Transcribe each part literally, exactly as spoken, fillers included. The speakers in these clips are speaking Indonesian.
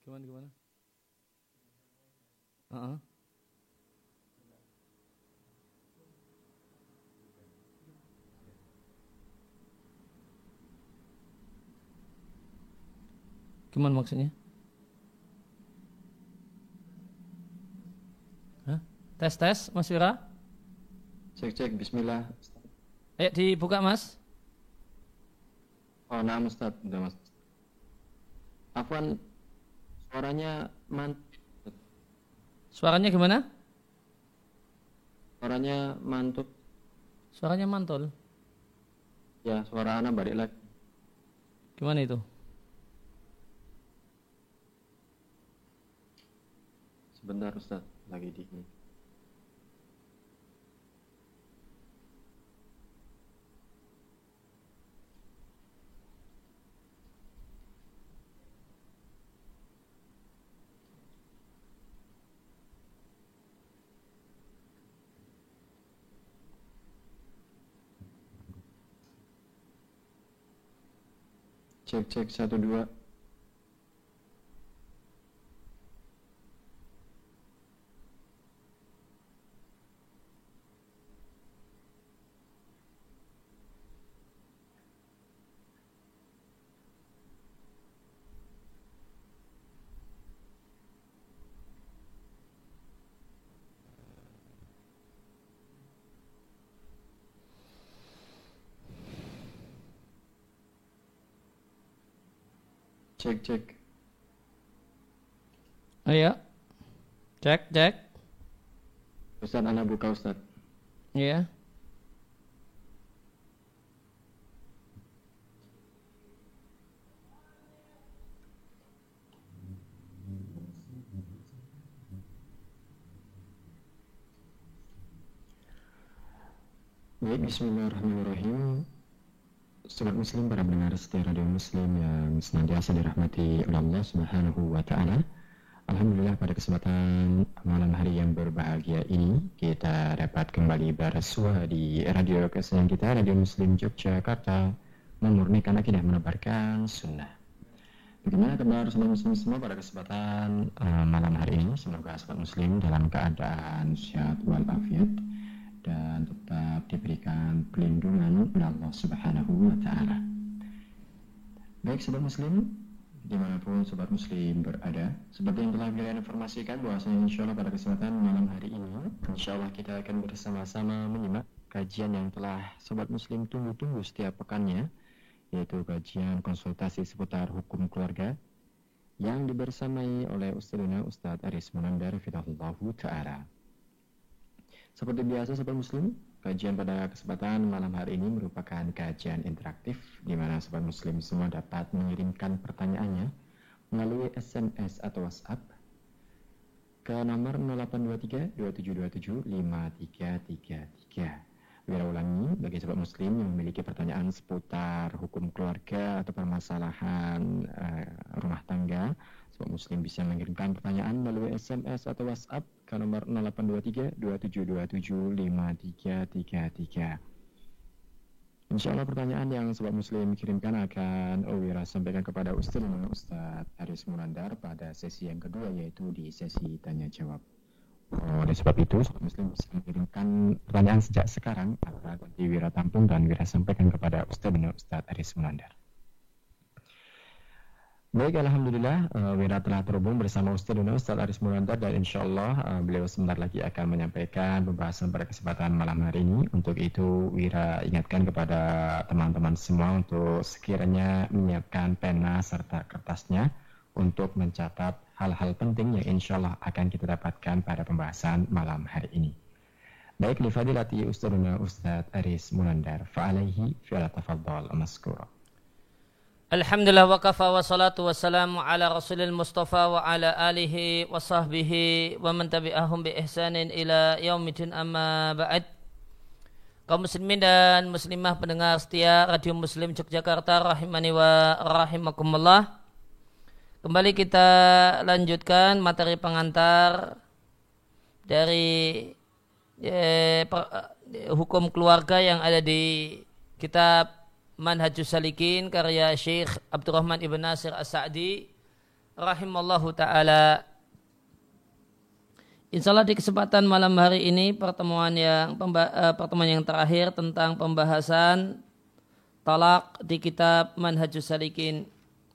Gimana gimana? Uh-uh. Gimana maksudnya? Hah? Tes tes Mas Wira? Cek cek Bismillah. Ayo dibuka Mas. Oh nah Ustaz, udah Mas. Afwan, suaranya mantap. Suaranya gimana? Suaranya mantap. Suaranya mantul. Ya, suara anak balik lagi. Gimana itu? Sebentar Ustaz, lagi di ini. Cek cek satu dua. Cek cek. Ayo. Cek cek. Ustaz, anak buka Ustaz. Iya. Baik, Bismillahirrahmanirrahim. Sobat Muslim, para pendengar setia Radio Muslim yang senantiasa dirahmati oleh Allah Subhanahu wa Ta'ala. Alhamdulillah, pada kesempatan malam hari yang berbahagia ini kita dapat kembali bersua di radio kesayangan kita, Radio Muslim Yogyakarta, memurnikan akidah, menebarkan sunnah. Bagaimana kabar sobat Muslim semua pada kesempatan uh, malam hari ini? Semoga sobat Muslim dalam keadaan sehat walafiat dan tetap diberikan pelindungan oleh Allah Subhanahu wa Ta'ala. Baik sobat Muslim, dimanapun sobat Muslim berada, seperti yang telah kita informasikan bahwasanya insya Allah pada kesempatan malam hari ini, insya Allah kita akan bersama-sama menyimak kajian yang telah sobat Muslim tunggu-tunggu setiap pekannya, yaitu kajian konsultasi seputar hukum keluarga yang dibersamai oleh Ustadzuna Ustadz Aris Munandar Fidahullahu Ta'ala. Seperti biasa sobat Muslim, kajian pada kesempatan malam hari ini merupakan kajian interaktif di mana sobat Muslim semua dapat mengirimkan pertanyaannya melalui S M S atau WhatsApp ke nomor nol delapan dua tiga dua tujuh dua tujuh lima tiga tiga tiga. Bila ulangi, bagi sobat Muslim yang memiliki pertanyaan seputar hukum keluarga atau permasalahan uh, rumah tangga, sobat Muslim bisa mengirimkan pertanyaan melalui S M S atau WhatsApp ke nomor nol delapan dua tiga dua tujuh dua tujuh lima tiga tiga tiga. Insya Allah pertanyaan yang sobat Muslim kirimkan akan Wira sampaikan kepada Ustaz Ustaz Aris Munandar pada sesi yang kedua, yaitu di sesi tanya jawab. Oh, oleh sebab itu sobat Muslim bisa mengirimkan pertanyaan sejak sekarang agar nanti Wira tampung dan Wira sampaikan kepada Ustaz Ustaz Aris Munandar. Baik, Alhamdulillah uh, Wira telah terhubung bersama Ustaz Ustaz Aris Munandar dan insya Allah uh, beliau sebentar lagi akan menyampaikan pembahasan pada kesempatan malam hari ini. Untuk itu Wira ingatkan kepada teman-teman semua untuk sekiranya menyiapkan pena serta kertasnya untuk mencatat hal-hal penting yang insya Allah akan kita dapatkan pada pembahasan malam hari ini. Baik, li fadilati Ustaz Ustaz Aris Munandar fa'alaihi fi'ala tafadhal maskura. Alhamdulillah wa kafa wa salatu wassalamu ala rasulil mustafa wa ala alihi wa sahbihi wa man tabi'ahum bi ihsanin ila yaumidin amma ba'd. Kaum muslimin dan muslimah pendengar setia Radio Muslim Yogyakarta rahimani wa rahimakumullah. Kembali kita lanjutkan materi pengantar dari eh, per, eh, hukum keluarga yang ada di kitab Manhajus Salikin karya Syekh Abdurrahman Ibn Nasir As-Sa'di rahimallahu taala. Insyaallah di kesempatan malam hari ini pertemuan yang pertemuan yang terakhir tentang pembahasan talak di kitab Manhajus Salikin.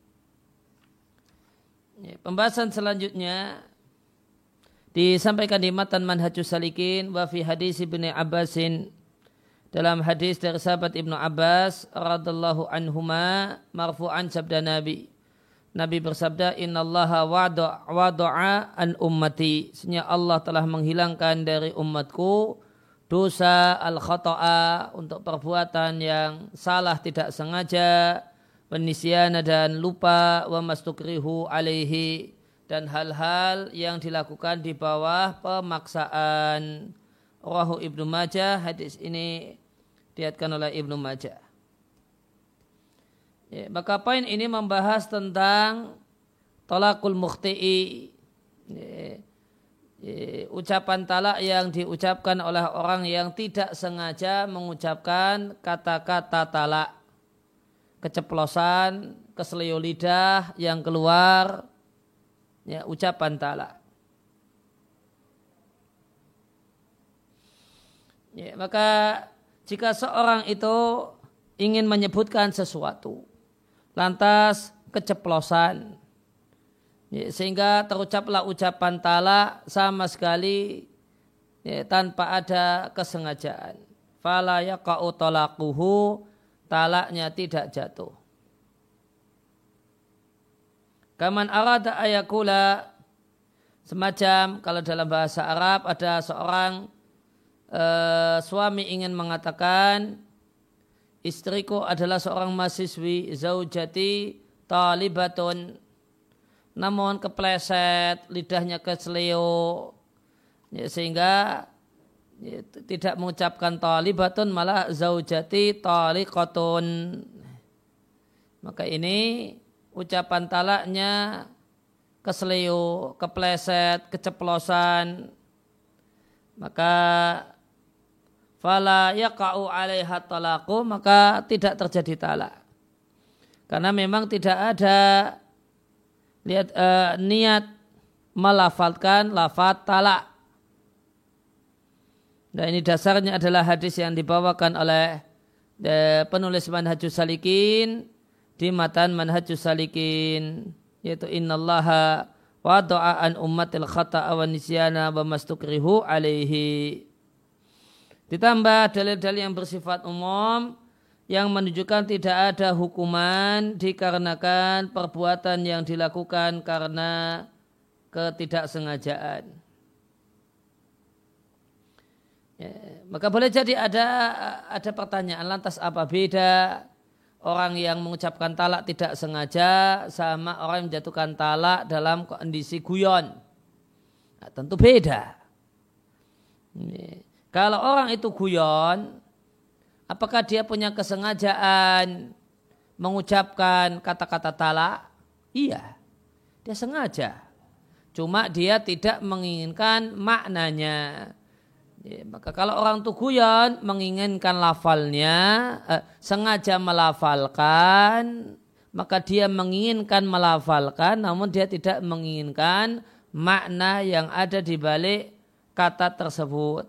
Pembahasan selanjutnya disampaikan di matan Manhajus Salikin wa fi hadis Ibnu Abbasin, dalam hadis dari sahabat Ibnu Abbas radhiyallahu anhuma marfu'an sabda Nabi. Nabi bersabda, innallaha wada'a an ummati, sesungguhnya Allah telah menghilangkan dari umatku dosa al-khata'a, untuk perbuatan yang salah tidak sengaja, wanisyana dan lupa, wa mastukrihu alaihi, dan hal-hal yang dilakukan di bawah pemaksaan. Rawahu Ibnu Majah, hadis ini diriwayatkan oleh Ibnu Majah. Ya, maka poin ini membahas tentang talakul mukhti'i, ya, ya, ucapan talak yang diucapkan oleh orang yang tidak sengaja mengucapkan kata-kata talak, keceplosan, keselio lidah yang keluar, ya, ucapan talak. Ya, maka jika seorang itu ingin menyebutkan sesuatu, lantas keceplosan, ya, sehingga terucaplah ucapan talak sama sekali, ya, tanpa ada kesengajaan, fala yaqa'u talaquhu, talaknya tidak jatuh. Kaman arada ayakula, semacam kalau dalam bahasa Arab ada seorang uh, suami ingin mengatakan, istriku adalah seorang mahasiswi, zaujati talibatun, namun kepleset, lidahnya keselio, ya, sehingga ya, tidak mengucapkan talibatun, malah zaujati taliqatun. Maka ini ucapan talaknya keselio, kepleset, keceplosan, maka fala yaqa'u 'alaiha talaqu, maka tidak terjadi talak. Karena memang tidak ada lihat uh, niat melafalkan lafaz talak. Dan ini dasarnya adalah hadis yang dibawakan oleh uh, penulis Manhajus Salikin di matan Manhajus Salikin, yaitu innallaha wada'a an ummatil khata'a wa nisyana wa mastukrihu alaihi. Ditambah dalil-dalil yang bersifat umum yang menunjukkan tidak ada hukuman dikarenakan perbuatan yang dilakukan karena ketidaksengajaan. Ya, maka boleh jadi ada ada pertanyaan, lantas apa beda orang yang mengucapkan talak tidak sengaja sama orang yang menjatuhkan talak dalam kondisi guyon? Nah, tentu beda. Ya. Kalau orang itu guyon, apakah dia punya kesengajaan mengucapkan kata-kata talak? Iya, dia sengaja. Cuma dia tidak menginginkan maknanya. Ya, maka kalau orang itu guyon, menginginkan lafalnya, eh, sengaja melafalkan, maka dia menginginkan melafalkan, namun dia tidak menginginkan makna yang ada di balik kata tersebut.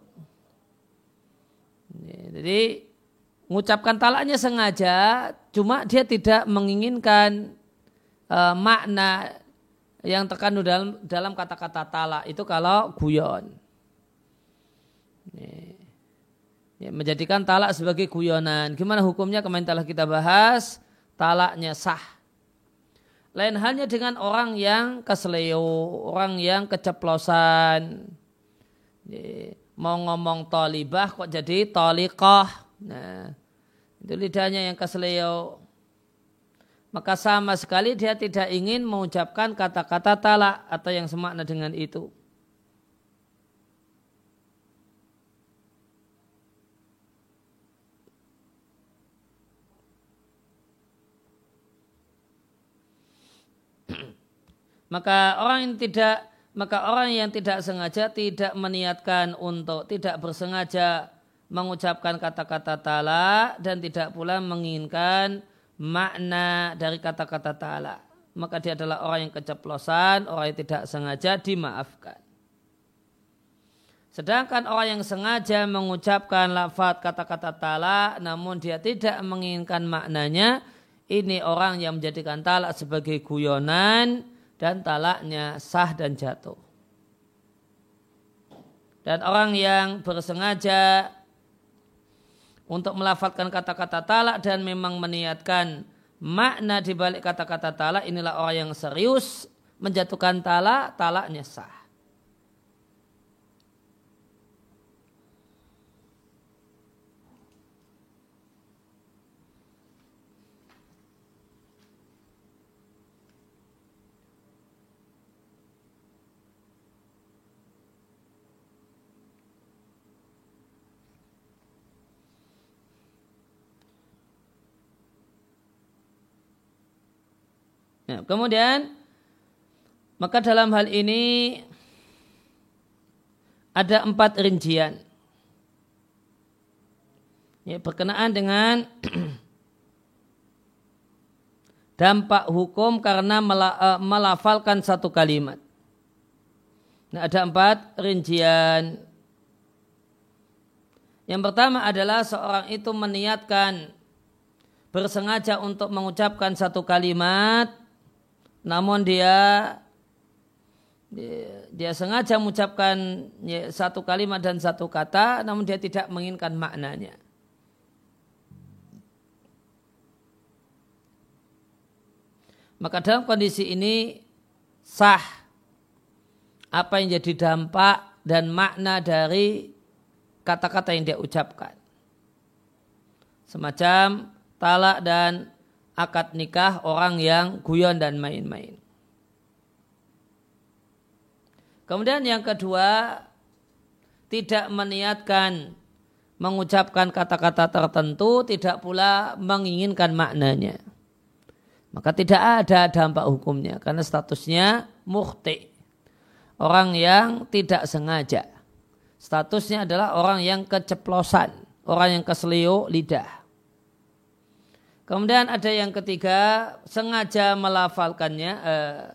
Jadi mengucapkan talaknya sengaja, cuma dia tidak menginginkan uh, makna yang terkandung dalam dalam kata-kata talak itu kalau guyon. Ya, menjadikan talak sebagai guyonan. Gimana hukumnya? Kemarin telah kita bahas, talaknya sah. Lain halnya dengan orang yang keseleo, orang yang keceplosan. Ya, mau ngomong tolibah kok jadi toliqah. Nah, itu lidahnya yang keseleo. Maka sama sekali dia tidak ingin mengucapkan kata-kata talak atau yang semakna dengan itu. Maka orang yang tidak maka orang yang tidak sengaja tidak meniatkan untuk tidak bersengaja mengucapkan kata-kata talak dan tidak pula menginginkan makna dari kata-kata talak. maka dia adalah orang yang keceplosan, orang yang tidak sengaja, dimaafkan. Sedangkan orang yang sengaja mengucapkan lafaz kata-kata talak namun dia tidak menginginkan maknanya, ini orang yang menjadikan talak sebagai guyonan dan talaknya sah dan jatuh. Dan orang yang bersengaja untuk melafalkan kata-kata talak dan memang meniatkan makna di balik kata-kata talak, inilah orang yang serius menjatuhkan talak, talaknya sah. Nah, kemudian maka dalam hal ini ada empat rincian ya, berkenaan dengan dampak hukum karena melafalkan satu kalimat. Nah, ada empat rincian. Yang pertama adalah seorang itu meniatkan bersengaja untuk mengucapkan satu kalimat, namun dia dia, dia sengaja mengucapkan ya, satu kalimat dan satu kata, namun dia tidak menginginkan maknanya. Maka dalam kondisi ini sah apa yang jadi dampak dan makna dari kata-kata yang dia ucapkan. Semacam talak dan akad nikah orang yang guyon dan main-main. Kemudian yang kedua, tidak meniatkan mengucapkan kata-kata tertentu, tidak pula menginginkan maknanya. Maka tidak ada dampak hukumnya karena statusnya mukhti. Orang yang tidak sengaja. Statusnya adalah orang yang keceplosan, orang yang keselio lidah. Kemudian ada yang ketiga, sengaja melafalkannya. Eh,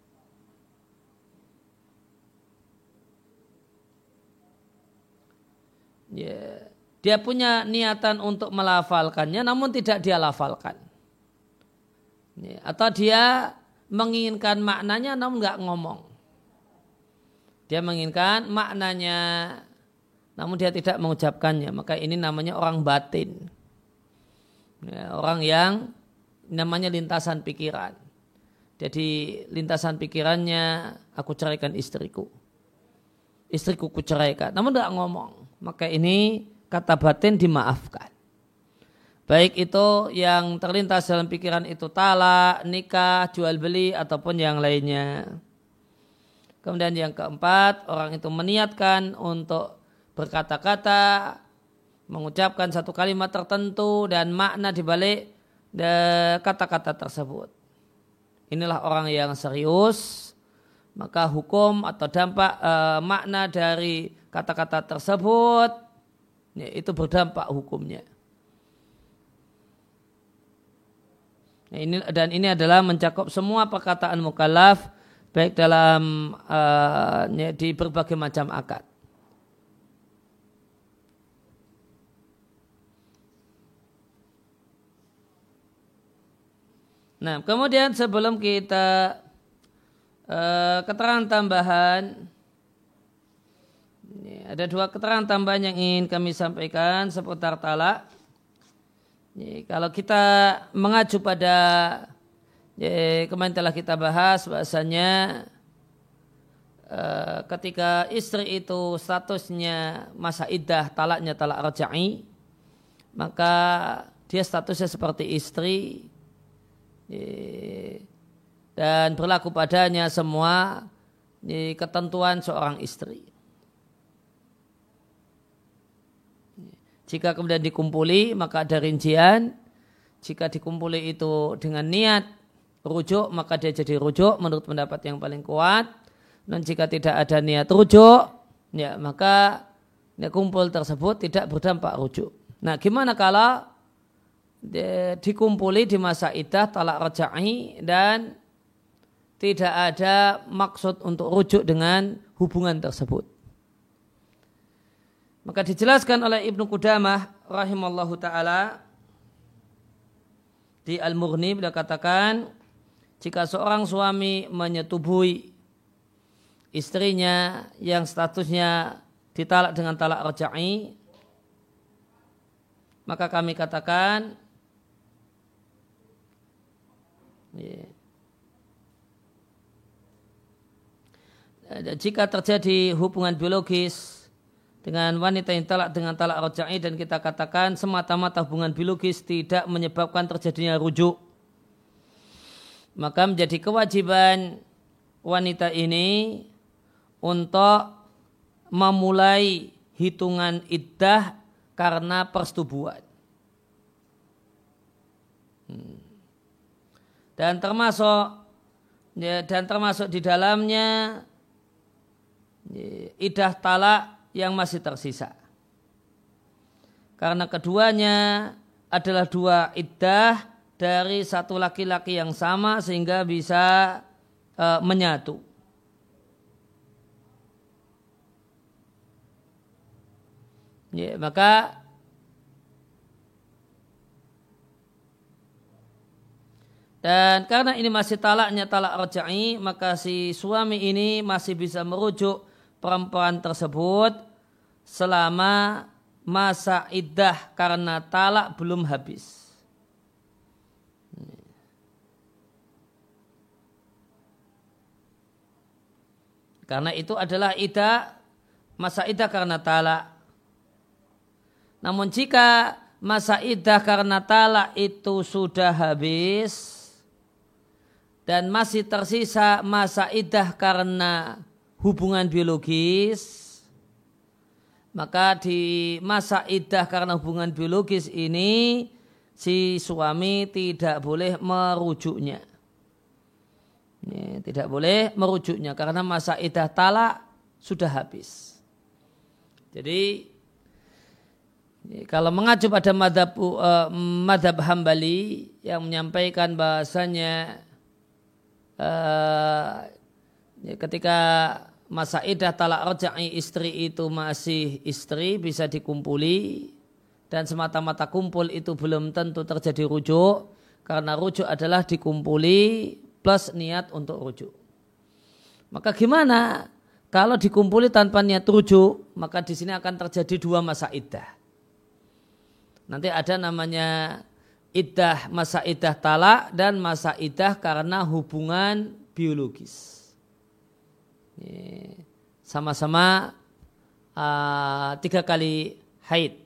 ya, dia punya niatan untuk melafalkannya, namun tidak dia lafalkan. Ya, atau dia menginginkan maknanya, namun nggak ngomong. Dia menginginkan maknanya, namun dia tidak mengucapkannya. Maka ini namanya orang batin. Ya, orang yang namanya lintasan pikiran. Jadi lintasan pikirannya, aku ceraikan istriku. Istriku ku ceraikan. Namun tidak ngomong. Maka ini kata batin dimaafkan. Baik itu yang terlintas dalam pikiran itu talak, nikah, jual beli ataupun yang lainnya. Kemudian yang keempat, orang itu meniatkan untuk berkata-kata, mengucapkan satu kalimat tertentu dan makna di balik kata-kata tersebut. Inilah orang yang serius, maka hukum atau dampak e, makna dari kata-kata tersebut ya, itu berdampak hukumnya. Nah, ini, dan ini adalah mencakup semua perkataan mukallaf baik dalam e, ya, di berbagai macam akad. Nah, kemudian sebelum kita uh, keterangan tambahan, ini ada dua keterangan tambahan yang ingin kami sampaikan seputar talak. Ini, kalau kita mengacu pada ya, kemarin telah kita bahas bahasanya uh, ketika istri itu statusnya masa iddah talaknya talak raj'i, maka dia statusnya seperti istri. Dan berlaku padanya semua ketentuan seorang istri. Jika kemudian dikumpuli maka ada rincian. Jika dikumpuli itu dengan niat rujuk maka dia jadi rujuk menurut pendapat yang paling kuat. Dan jika tidak ada niat rujuk ya maka ya, kumpul tersebut tidak berdampak rujuk. Nah, gimana kalau dikumpuli di masa iddah talak raj'i dan tidak ada maksud untuk rujuk dengan hubungan tersebut. Maka dijelaskan oleh Ibnu Qudamah rahimallahu ta'ala di Al-Mughni, beliau katakan, jika seorang suami menyetubuhi istrinya yang statusnya ditalak dengan talak raj'i, maka kami katakan yeah. jika terjadi hubungan biologis dengan wanita yang talak dengan talak raj'i dan kita katakan semata-mata hubungan biologis tidak menyebabkan terjadinya rujuk, maka menjadi kewajiban wanita ini untuk memulai hitungan iddah karena persetubuhan. Dan termasuk ya, dan termasuk di dalamnya iddah talak yang masih tersisa. Karena keduanya adalah dua iddah dari satu laki-laki yang sama sehingga bisa uh, menyatu. Ya, maka dan karena ini masih talaknya talak raj'i, maka si suami ini masih bisa merujuk perempuan tersebut selama masa iddah karena talak belum habis. Karena itu adalah iddah, masa iddah karena talak. Namun jika masa iddah karena talak itu sudah habis dan masih tersisa masa iddah karena hubungan biologis, maka di masa iddah karena hubungan biologis ini si suami tidak boleh merujuknya. Ini, tidak boleh merujuknya karena masa iddah talak sudah habis. Jadi kalau mengacu pada madhab, uh, madhab Hambali yang menyampaikan bahasanya uh, ketika masa iddah talak raj'i istri itu masih istri bisa dikumpuli dan semata-mata kumpul itu belum tentu terjadi rujuk karena rujuk adalah dikumpuli plus niat untuk rujuk. Maka gimana kalau dikumpuli tanpa niat rujuk? Maka di sini akan terjadi dua masa iddah. Nanti ada namanya iddah, masa iddah talak dan masa iddah karena hubungan biologis. Sama-sama uh, tiga kali haid.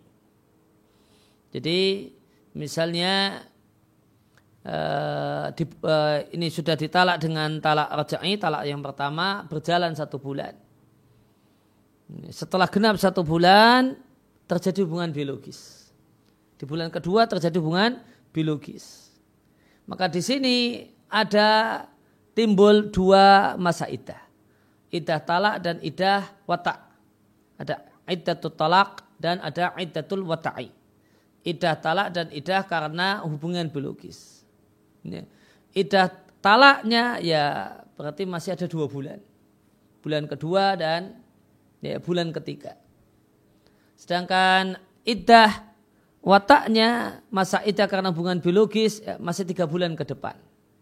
Jadi misalnya uh, di, uh, ini sudah ditalak dengan talak raj'i, talak yang pertama berjalan satu bulan. Setelah genap satu bulan terjadi hubungan biologis. Di bulan kedua terjadi hubungan biologis. Maka di sini ada timbul dua masa iddah. Iddah talak dan iddah wata'. Ada iddatul talak dan ada iddatul wata'i. Iddah talak dan iddah karena hubungan biologis. Iddah talaknya ya berarti masih ada dua bulan. Bulan kedua dan ya, bulan ketiga. Sedangkan iddah wataknya masa iddah karena hubungan biologis ya, masih tiga bulan ke depan.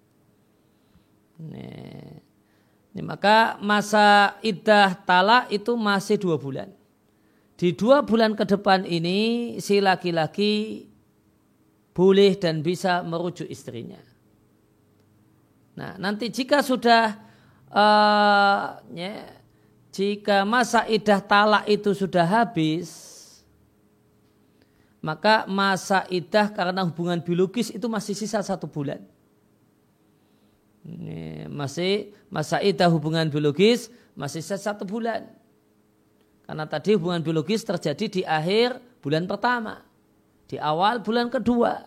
Nih. Ini maka masa iddah talak itu masih dua bulan. Di dua bulan ke depan ini si laki-laki boleh dan bisa merujuk istrinya. Nah nanti jika sudah uh, ya, jika masa iddah talak itu sudah habis, maka masa iddah karena hubungan biologis itu masih sisa satu bulan. Ini masih masa iddah hubungan biologis masih sisa satu bulan. Karena tadi hubungan biologis terjadi di akhir bulan pertama, di awal bulan kedua.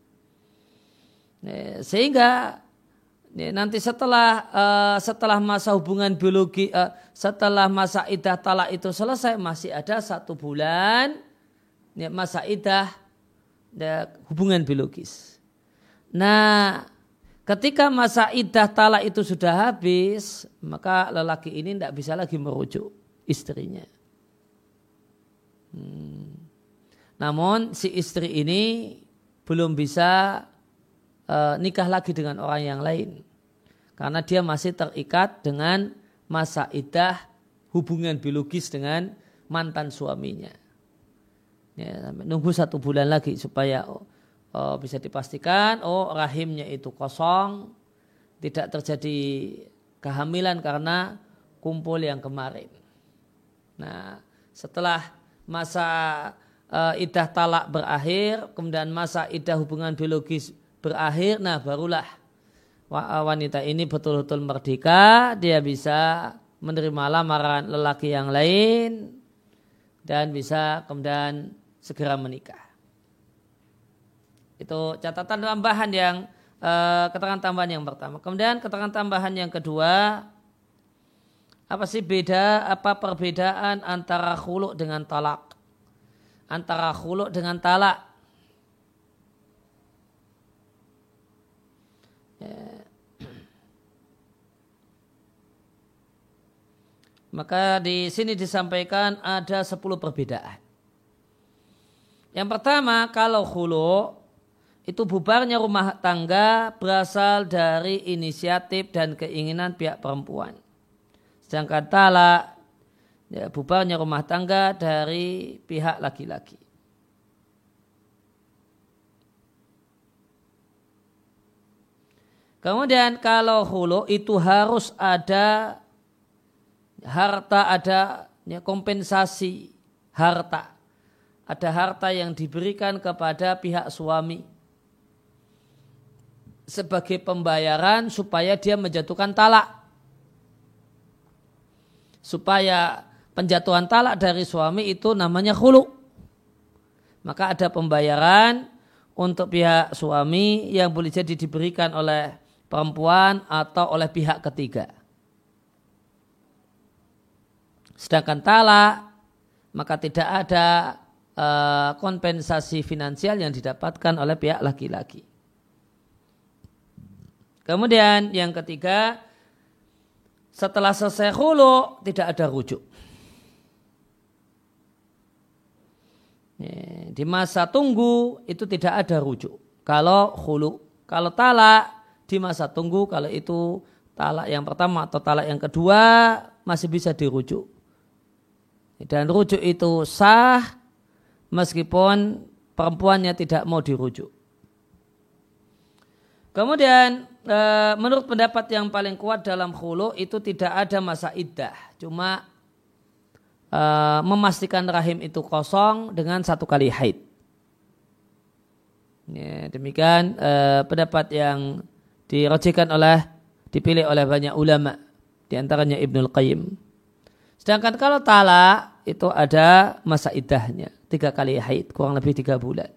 Ini, sehingga ini, nanti setelah uh, setelah masa hubungan biologi, uh, setelah masa iddah talak itu selesai masih ada satu bulan. Ya, masa iddah hubungan biologis. Nah, ketika masa iddah talak itu sudah habis, maka lelaki ini tidak bisa lagi merujuk istrinya. Hmm. Namun si istri ini belum bisa uh, nikah lagi dengan orang yang lain. Karena dia masih terikat dengan masa iddah hubungan biologis dengan mantan suaminya. Ya, nunggu satu bulan lagi supaya oh, oh, bisa dipastikan oh rahimnya itu kosong, tidak terjadi kehamilan karena kumpul yang kemarin. Nah, setelah masa uh, iddah talak berakhir, kemudian masa iddah hubungan biologis berakhir, nah barulah wanita ini betul-betul merdeka, dia bisa menerima lamaran lelaki yang lain dan bisa kemudian segera menikah. Itu catatan tambahan yang uh, keterangan tambahan yang pertama. Kemudian keterangan tambahan yang kedua, apa sih beda, apa perbedaan antara khulu' dengan talak? Antara khulu' dengan talak. Ya. Maka di sini disampaikan ada sepuluh perbedaan. Yang pertama, kalau khulu' itu bubarnya rumah tangga berasal dari inisiatif dan keinginan pihak perempuan. Sedangkan talak, ya, bubarnya rumah tangga dari pihak laki-laki. Kemudian kalau khulu' itu harus ada harta, ada ya, kompensasi harta. Ada harta yang diberikan kepada pihak suami sebagai pembayaran supaya dia menjatuhkan talak. Supaya penjatuhan talak dari suami itu namanya khulu'. Maka ada pembayaran untuk pihak suami yang boleh jadi diberikan oleh perempuan atau oleh pihak ketiga. Sedangkan talak, maka tidak ada uh, kompensasi finansial yang didapatkan oleh pihak laki-laki. Kemudian yang ketiga, setelah selesai khulu' tidak ada rujuk. Di masa tunggu itu tidak ada rujuk. Kalau khulu', kalau talak di masa tunggu, kalau itu talak yang pertama atau talak yang kedua masih bisa dirujuk. Dan rujuk itu sah meskipun perempuannya tidak mau dirujuk. Kemudian menurut pendapat yang paling kuat dalam khulu' itu tidak ada masa iddah. Cuma uh, memastikan rahim itu kosong dengan satu kali haid. Ya, demikian uh, pendapat yang dirajihkan oleh, dipilih oleh banyak ulama. Di antaranya Ibnul Qayyim. Sedangkan kalau talak itu ada masa iddahnya. Tiga kali haid, kurang lebih tiga bulan.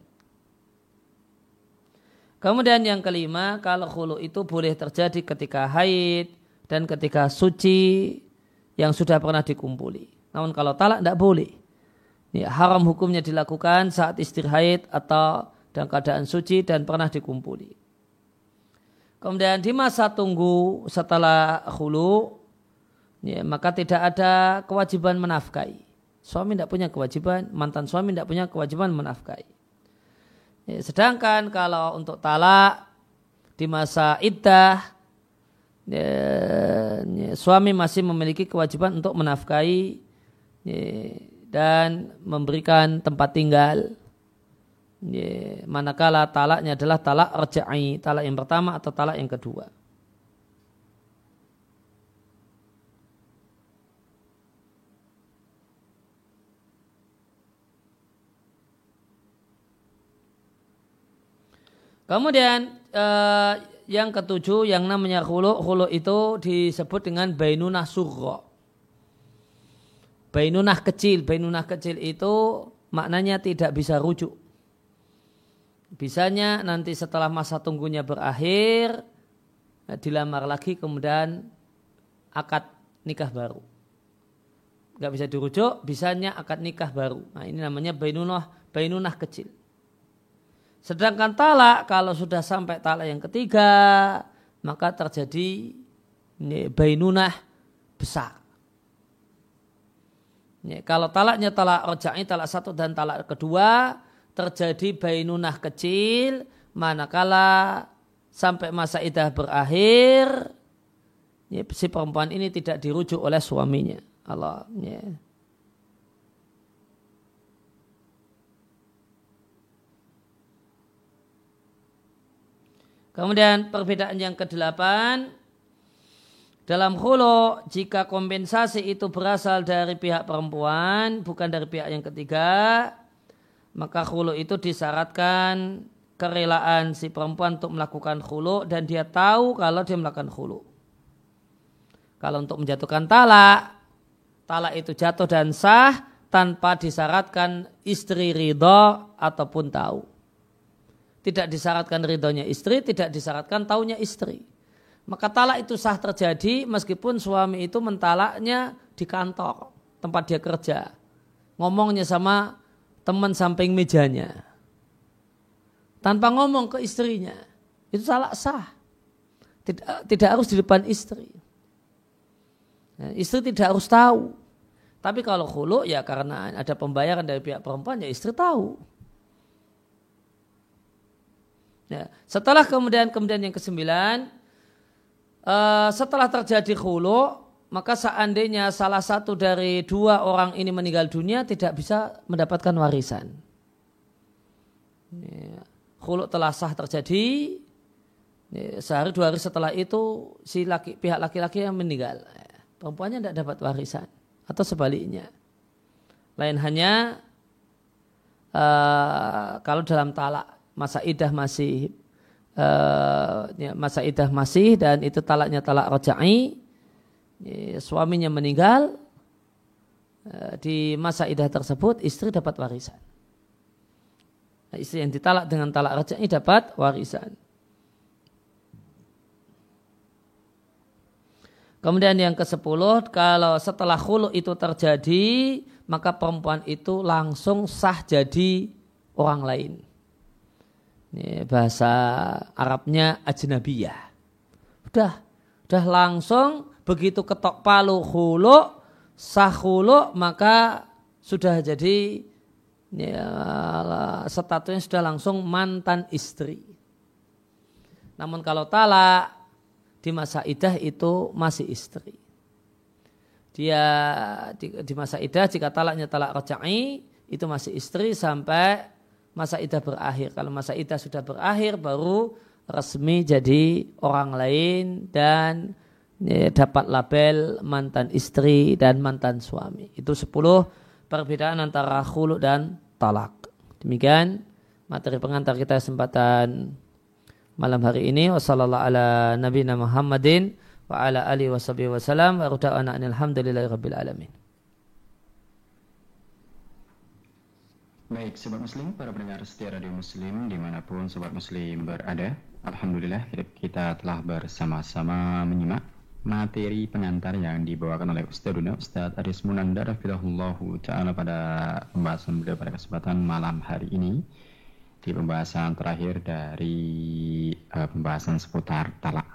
Kemudian yang kelima, kalau khulu' itu boleh terjadi ketika haid dan ketika suci yang sudah pernah dikumpuli. Namun kalau talak tidak boleh. Ya, haram hukumnya dilakukan saat istri haid atau dalam keadaan suci dan pernah dikumpuli. Kemudian di masa tunggu setelah khulu', ya, maka tidak ada kewajiban menafkahi. Suami tidak punya kewajiban, mantan suami tidak punya kewajiban menafkahi. Ya, sedangkan kalau untuk talak di masa iddah, ya, ya, suami masih memiliki kewajiban untuk menafkahi ya, dan memberikan tempat tinggal. Ya, manakala talaknya adalah talak raj'i, talak yang pertama atau talak yang kedua. Kemudian eh, yang ketujuh yang namanya khulu', khulu' itu disebut dengan bainunah surra. Bainunah kecil, bainunah kecil itu maknanya tidak bisa rujuk. Bisanya nanti setelah masa tunggunya berakhir, dilamar lagi kemudian akad nikah baru. Gak bisa dirujuk, bisanya akad nikah baru. Nah ini namanya bainunah, bainunah kecil. Sedangkan talak kalau sudah sampai talak yang ketiga, maka terjadi bainunah besar. Ya, kalau talaknya talak roja'i, talak satu dan talak kedua, terjadi bainunah kecil, manakala sampai masa iddah berakhir, ya, si perempuan ini tidak dirujuk oleh suaminya. Allah, ya. Kemudian perbedaan yang kedelapan, dalam khulu, jika kompensasi itu berasal dari pihak perempuan, bukan dari pihak yang ketiga, maka khulu itu disyaratkan kerelaan si perempuan untuk melakukan khulu dan dia tahu kalau dia melakukan khulu. Kalau untuk menjatuhkan talak, talak itu jatuh dan sah tanpa disyaratkan istri ridho ataupun tahu. Tidak disyaratkan ridhonya istri, tidak disyaratkan taunya istri. Maka talak itu sah terjadi meskipun suami itu mentalaknya di kantor, tempat dia kerja. Ngomongnya sama teman samping mejanya. Tanpa ngomong ke istrinya. Itu talak sah. Tidak, tidak harus di depan istri. Nah, istri tidak harus tahu. Tapi kalau khulu ya karena ada pembayaran dari pihak perempuan ya istri tahu. Ya, setelah kemudian kemudian yang kesembilan, uh, setelah terjadi khulu, maka seandainya salah satu dari dua orang ini meninggal dunia tidak bisa mendapatkan warisan. Ya, khulu telah sah terjadi, ya, sehari dua hari setelah itu si laki, pihak laki-laki yang meninggal, ya, perempuannya tidak dapat warisan atau sebaliknya. Lain hanya uh, kalau dalam talak. Masa iddah masih uh, ya, masa iddah masih dan itu talaknya talak roja'i, ya, suaminya meninggal, uh, di masa iddah tersebut istri dapat warisan. Nah, istri yang ditalak dengan talak roja'i dapat warisan. Kemudian yang kesepuluh, kalau setelah khulu itu terjadi maka perempuan itu langsung sah jadi orang lain. Ini bahasa Arabnya ajnabiyah. Udah, udah langsung begitu ketok palu khulu, sah khulu, maka sudah jadi ya, statusnya sudah langsung mantan istri. Namun kalau talak di masa iddah itu masih istri. Dia di, di masa iddah jika talaknya talak roja'i itu masih istri sampai masa iddah berakhir. Kalau masa iddah sudah berakhir baru resmi jadi orang lain dan ya, dapat label mantan istri dan mantan suami. Itu sepuluh perbedaan antara khulu dan talak. Demikian materi pengantar kita kesempatan malam hari ini. Wassallallahu ala nabiyina Muhammadin wa ala alihi washabihi wasallam wa ruda'ana alhamdulillahi rabbil alamin. Baik, Sobat Muslim, para pendengar setia Radio Muslim dimanapun Sobat Muslim berada, alhamdulillah kita telah bersama-sama menyimak materi pengantar yang dibawakan oleh Ustadzuna Ustadz Aris Munandar Hafizahullahu Ta'ala pada pembahasan beliau pada kesempatan malam hari ini, di pembahasan terakhir dari uh, pembahasan seputar talak.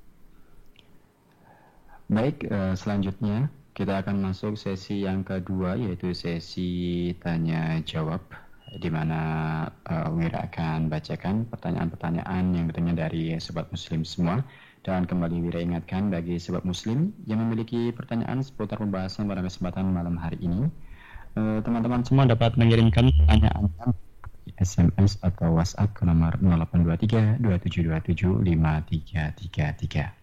Baik, uh, selanjutnya kita akan masuk sesi yang kedua, yaitu sesi tanya jawab, di mana uh, Wira akan bacakan pertanyaan-pertanyaan yang bertanya dari Sobat Muslim semua. Dan kembali Wira ingatkan bagi Sobat Muslim yang memiliki pertanyaan seputar pembahasan pada kesempatan malam hari ini, uh, teman-teman semua dapat mengirimkan pertanyaan S M S atau WhatsApp ke nomor nol delapan dua tiga dua tujuh dua tujuh lima tiga tiga tiga.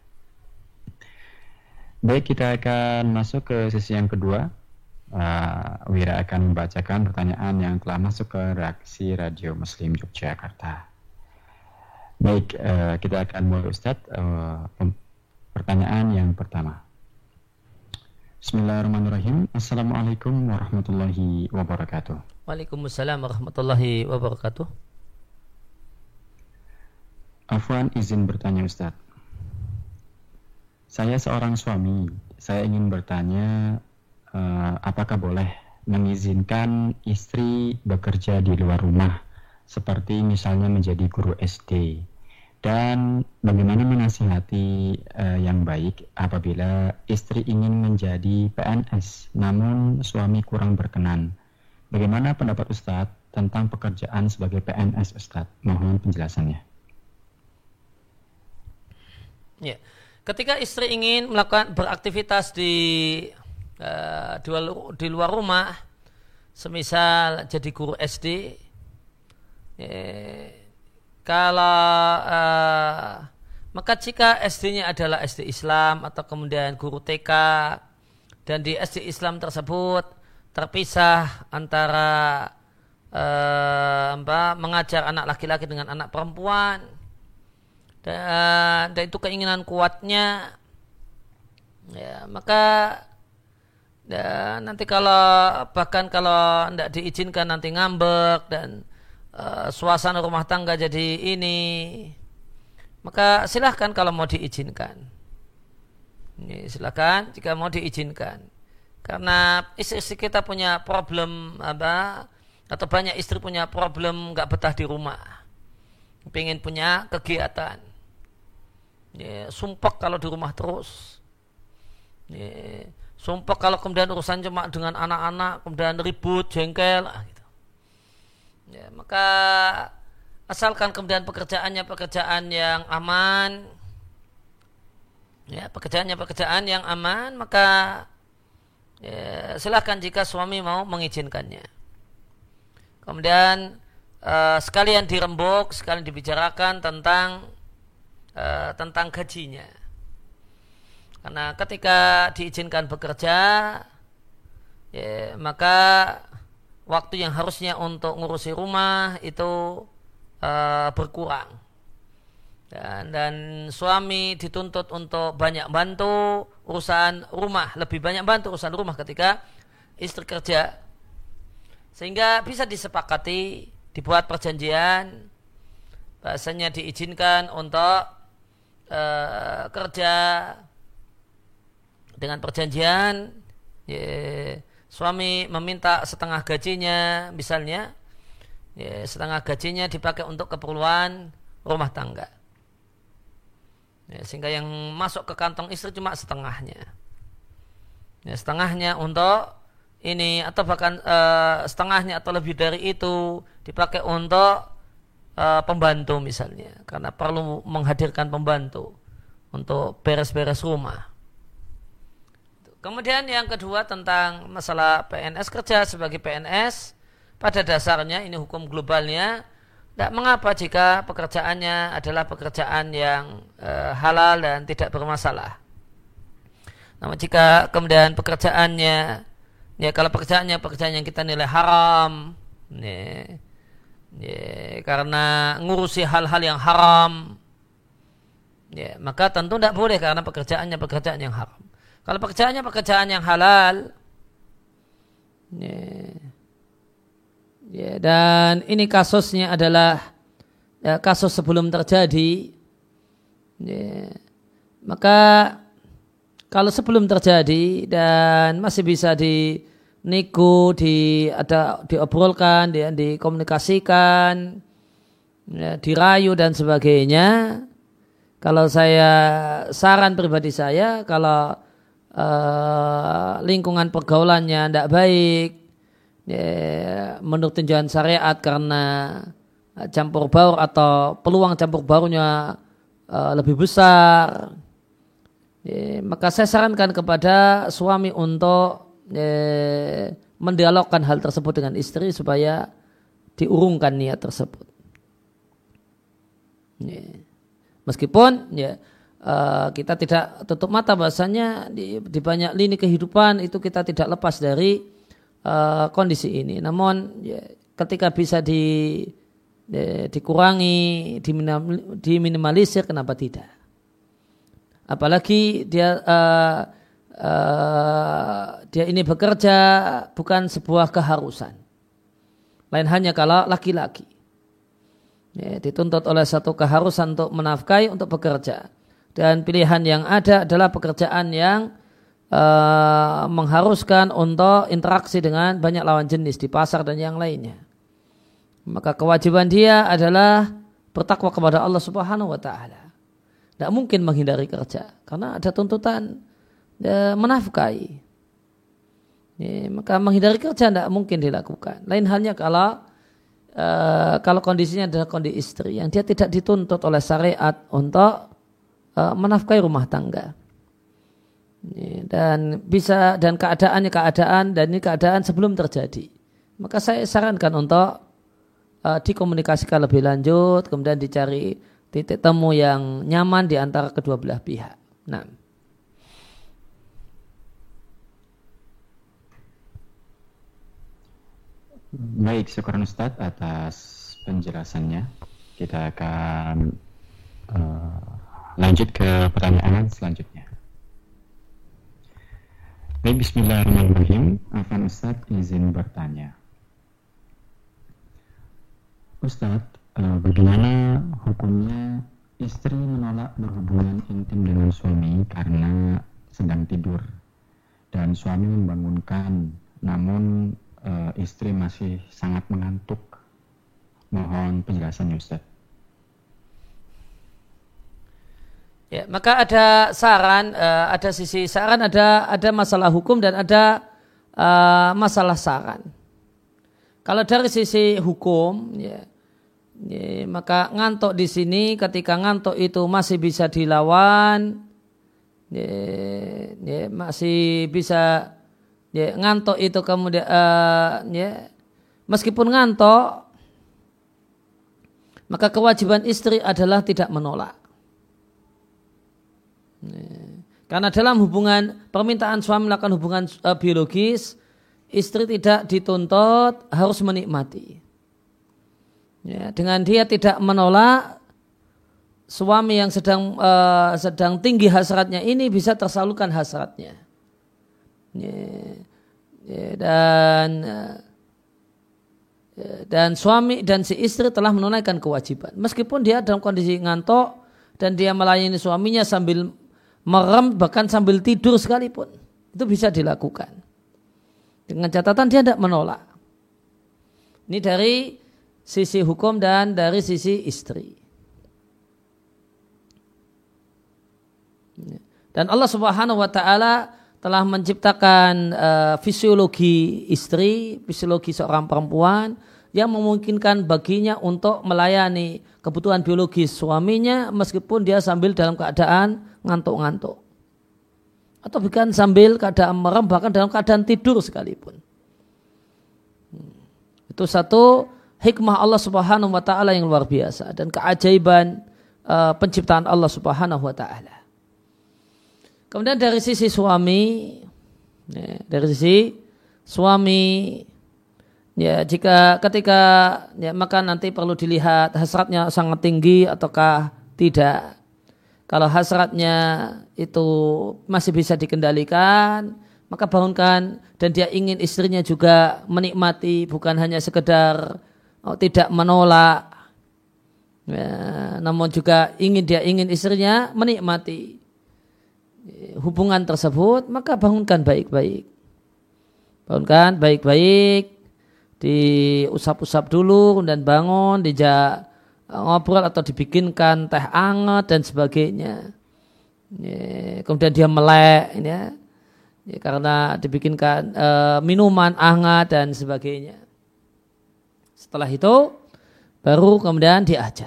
Baik, kita akan masuk ke sesi yang kedua. Uh, Wira akan membacakan pertanyaan yang telah masuk ke reaksi Radio Muslim Yogyakarta. Baik, uh, kita akan mulai Ustadz. Uh, pertanyaan yang pertama. Bismillahirrahmanirrahim. Assalamualaikum warahmatullahi wabarakatuh. Waalaikumsalam warahmatullahi wabarakatuh. Afwan, izin bertanya Ustadz. Saya seorang suami, saya ingin bertanya uh, apakah boleh mengizinkan istri bekerja di luar rumah, seperti misalnya menjadi guru S D, Dan bagaimana menasihati uh, yang baik apabila istri ingin menjadi P N S namun suami kurang berkenan? Bagaimana pendapat Ustadz tentang pekerjaan sebagai P N S, Ustadz? Mohon penjelasannya. Ya, ketika istri ingin melakukan beraktivitas di uh, di, luar, di luar rumah, semisal jadi guru S D, ya, kalau uh, maka jika S D-nya adalah S D Islam atau kemudian guru T K dan di S D Islam tersebut terpisah antara uh, apa, mengajar anak laki-laki dengan anak perempuan dan, dan itu keinginan kuatnya, ya maka dan nanti kalau bahkan kalau tidak diizinkan nanti ngambek dan Uh, suasana rumah tangga jadi ini, maka silahkan kalau mau diizinkan. Ini silahkan jika mau diizinkan. Karena istri-istri kita punya problem apa, atau banyak istri punya problem nggak betah di rumah, pengen punya kegiatan. Ya, sumpek kalau di rumah terus. Ya, sumpek kalau kemudian urusan cuma dengan anak-anak, kemudian ribut, jengkel. Ya, maka asalkan kemudian pekerjaannya pekerjaan yang aman, ya pekerjaannya pekerjaan yang aman, maka ya, silahkan jika suami mau mengizinkannya. Kemudian uh, sekalian dirembuk, sekalian dibicarakan tentang uh, tentang gajinya. Karena ketika diizinkan bekerja, ya, maka waktu yang harusnya untuk ngurusi rumah itu uh, berkurang dan, dan suami dituntut untuk banyak bantu urusan rumah, lebih banyak bantu urusan rumah ketika istri kerja, sehingga bisa disepakati, dibuat perjanjian bahasanya diizinkan untuk uh, kerja dengan perjanjian, yeah, suami meminta setengah gajinya, misalnya ya, setengah gajinya dipakai untuk keperluan rumah tangga, ya, sehingga yang masuk ke kantong istri cuma setengahnya, ya, setengahnya untuk ini atau bahkan uh, setengahnya atau lebih dari itu dipakai untuk uh, pembantu misalnya, karena perlu menghadirkan pembantu untuk beres-beres rumah. Kemudian yang kedua tentang masalah P N S, kerja sebagai P N S, pada dasarnya ini hukum globalnya, tidak mengapa jika pekerjaannya adalah pekerjaan yang e, halal dan tidak bermasalah. Namun jika kemudian pekerjaannya, ya kalau pekerjaannya pekerjaan yang kita nilai haram, ya, ya, karena ngurusi hal-hal yang haram, ya, maka tentu tidak boleh karena pekerjaannya pekerjaan yang haram. Kalau pekerjaannya pekerjaan yang halal, ya, ya, dan ini kasusnya adalah ya, kasus sebelum terjadi, ya, maka kalau sebelum terjadi dan masih bisa dinego, di ada diobrolkan, di, dikomunikasikan, ya, dirayu dan sebagainya. Kalau saya saran pribadi saya, kalau Uh, lingkungan pergaulannya tidak baik, ya, menurut tinjauan syariat karena campur baur atau peluang campur baurnya uh, lebih besar, ya, maka saya sarankan kepada suami untuk ya, mendialogkan hal tersebut dengan istri supaya diurungkan niat tersebut, ya. Meskipun ya Uh, kita tidak tutup mata bahasanya di, di banyak lini kehidupan itu kita tidak lepas dari uh, kondisi ini. Namun ya, ketika bisa di, di, dikurangi, diminim, diminimalisir, kenapa tidak? Apalagi dia uh, uh, dia ini bekerja bukan sebuah keharusan. Lain hanya kalau laki-laki, ya, dituntut oleh satu keharusan untuk menafkahi, untuk bekerja. Dan pilihan yang ada adalah pekerjaan yang uh, mengharuskan untuk interaksi dengan banyak lawan jenis di pasar dan yang lainnya. Maka kewajiban dia adalah bertakwa kepada Allah Subhanahu wa taala. Tidak mungkin menghindari kerja karena ada tuntutan ya, menafkahi. Ya, maka menghindari kerja tidak mungkin dilakukan. Lain halnya kalau uh, kalau kondisinya adalah kondisi istri yang dia tidak dituntut oleh syariat untuk uh, menafkahi rumah tangga. Ya, dan bisa dan keadaannya keadaan dan ini keadaan sebelum terjadi. Maka saya sarankan untuk uh, dikomunikasikan lebih lanjut, kemudian dicari titik temu yang nyaman di antara kedua belah pihak. Nah. Baik, syukur Ustadz atas penjelasannya. Kita akan uh, lanjut ke pertanyaan selanjutnya. Baik, bismillahirrahmanirrahim. Afan Ustadz izin bertanya. Ustadz, uh, bagaimana hukumnya istri menolak berhubungan intim dengan suami karena sedang tidur dan suami membangunkan, namun uh, istri masih sangat mengantuk? Mohon penjelasannya, Ustaz. Ya, maka ada saran, uh, ada sisi saran, ada ada masalah hukum dan ada uh, masalah saran. Kalau dari sisi hukum, ya, ya, maka ngantuk di sini ketika ngantuk itu masih bisa dilawan, ya, ya, masih bisa ya, ngantuk itu kemudian uh, ya, meskipun ngantuk, maka kewajiban istri adalah tidak menolak. Ya, karena dalam hubungan permintaan suami melakukan hubungan uh, biologis, istri tidak dituntut harus menikmati. Ya, dengan dia tidak menolak, suami yang sedang uh, sedang tinggi hasratnya ini bisa tersalurkan hasratnya. Ya, ya, dan uh, ya, dan suami dan si istri telah menunaikan kewajiban. Meskipun dia dalam kondisi ngantuk dan dia melayani suaminya sambil merem bahkan sambil tidur sekalipun, itu bisa dilakukan. Dengan catatan dia tidak menolak. Ini dari sisi hukum dan dari sisi istri. Dan Allah Subhanahu wa taala telah menciptakan uh, fisiologi istri, fisiologi seorang perempuan yang memungkinkan baginya untuk melayani kebutuhan biologis suaminya meskipun dia sambil dalam keadaan ngantuk-ngantuk. Atau bahkan sambil keadaan merem, bahkan dalam keadaan tidur sekalipun. Itu satu hikmah Allah Subhanahu wa taala yang luar biasa dan keajaiban uh, penciptaan Allah Subhanahu wa taala. Kemudian dari sisi suami, ya, dari sisi suami, ya jika ketika ya, maka nanti perlu dilihat hasratnya sangat tinggi ataukah tidak. Kalau hasratnya itu masih bisa dikendalikan, maka bangunkan dan dia ingin istrinya juga menikmati, bukan hanya sekedar oh, tidak menolak, ya, namun juga ingin dia ingin istrinya menikmati hubungan tersebut, maka bangunkan baik-baik. Bangunkan baik-baik, diusap-usap dulu, kemudian bangun, dijak ngobrol atau dibikinkan teh hangat dan sebagainya. Ya, kemudian dia melek, ya, ya, karena dibikinkan e, minuman hangat dan sebagainya. Setelah itu baru kemudian diajak.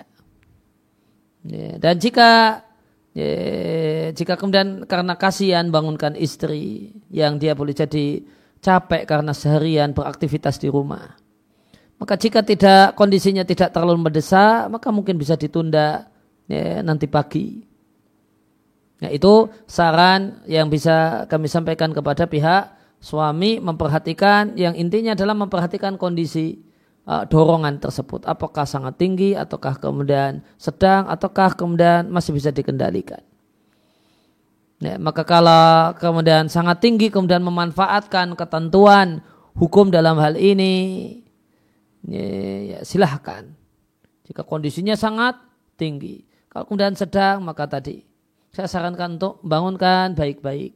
Ya, dan jika ya, jika kemudian karena kasihan bangunkan istri yang dia boleh jadi capek karena seharian beraktivitas di rumah, maka jika tidak kondisinya tidak terlalu mendesak, maka mungkin bisa ditunda ya, nanti pagi. Nah, itu saran yang bisa kami sampaikan kepada pihak suami, memperhatikan yang intinya adalah memperhatikan kondisi uh, dorongan tersebut. Apakah sangat tinggi, ataukah kemudian sedang, ataukah kemudian masih bisa dikendalikan. Ya, maka kalau kemudian sangat tinggi, kemudian memanfaatkan ketentuan hukum dalam hal ini, ya, ya, silahkan. Jika kondisinya sangat tinggi, kalau kemudian sedang, maka tadi saya sarankan untuk bangunkan baik-baik,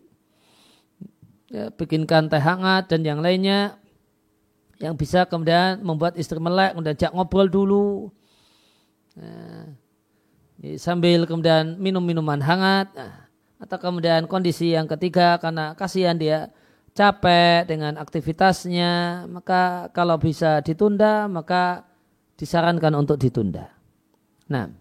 ya, bikinkan teh hangat dan yang lainnya yang bisa kemudian membuat istri melek, kemudian ajak ngobrol dulu, Nah, sambil kemudian minum minuman hangat, nah, atau kemudian kondisi yang ketiga karena kasihan dia capek dengan aktivitasnya, maka kalau bisa ditunda maka disarankan untuk ditunda. Nah,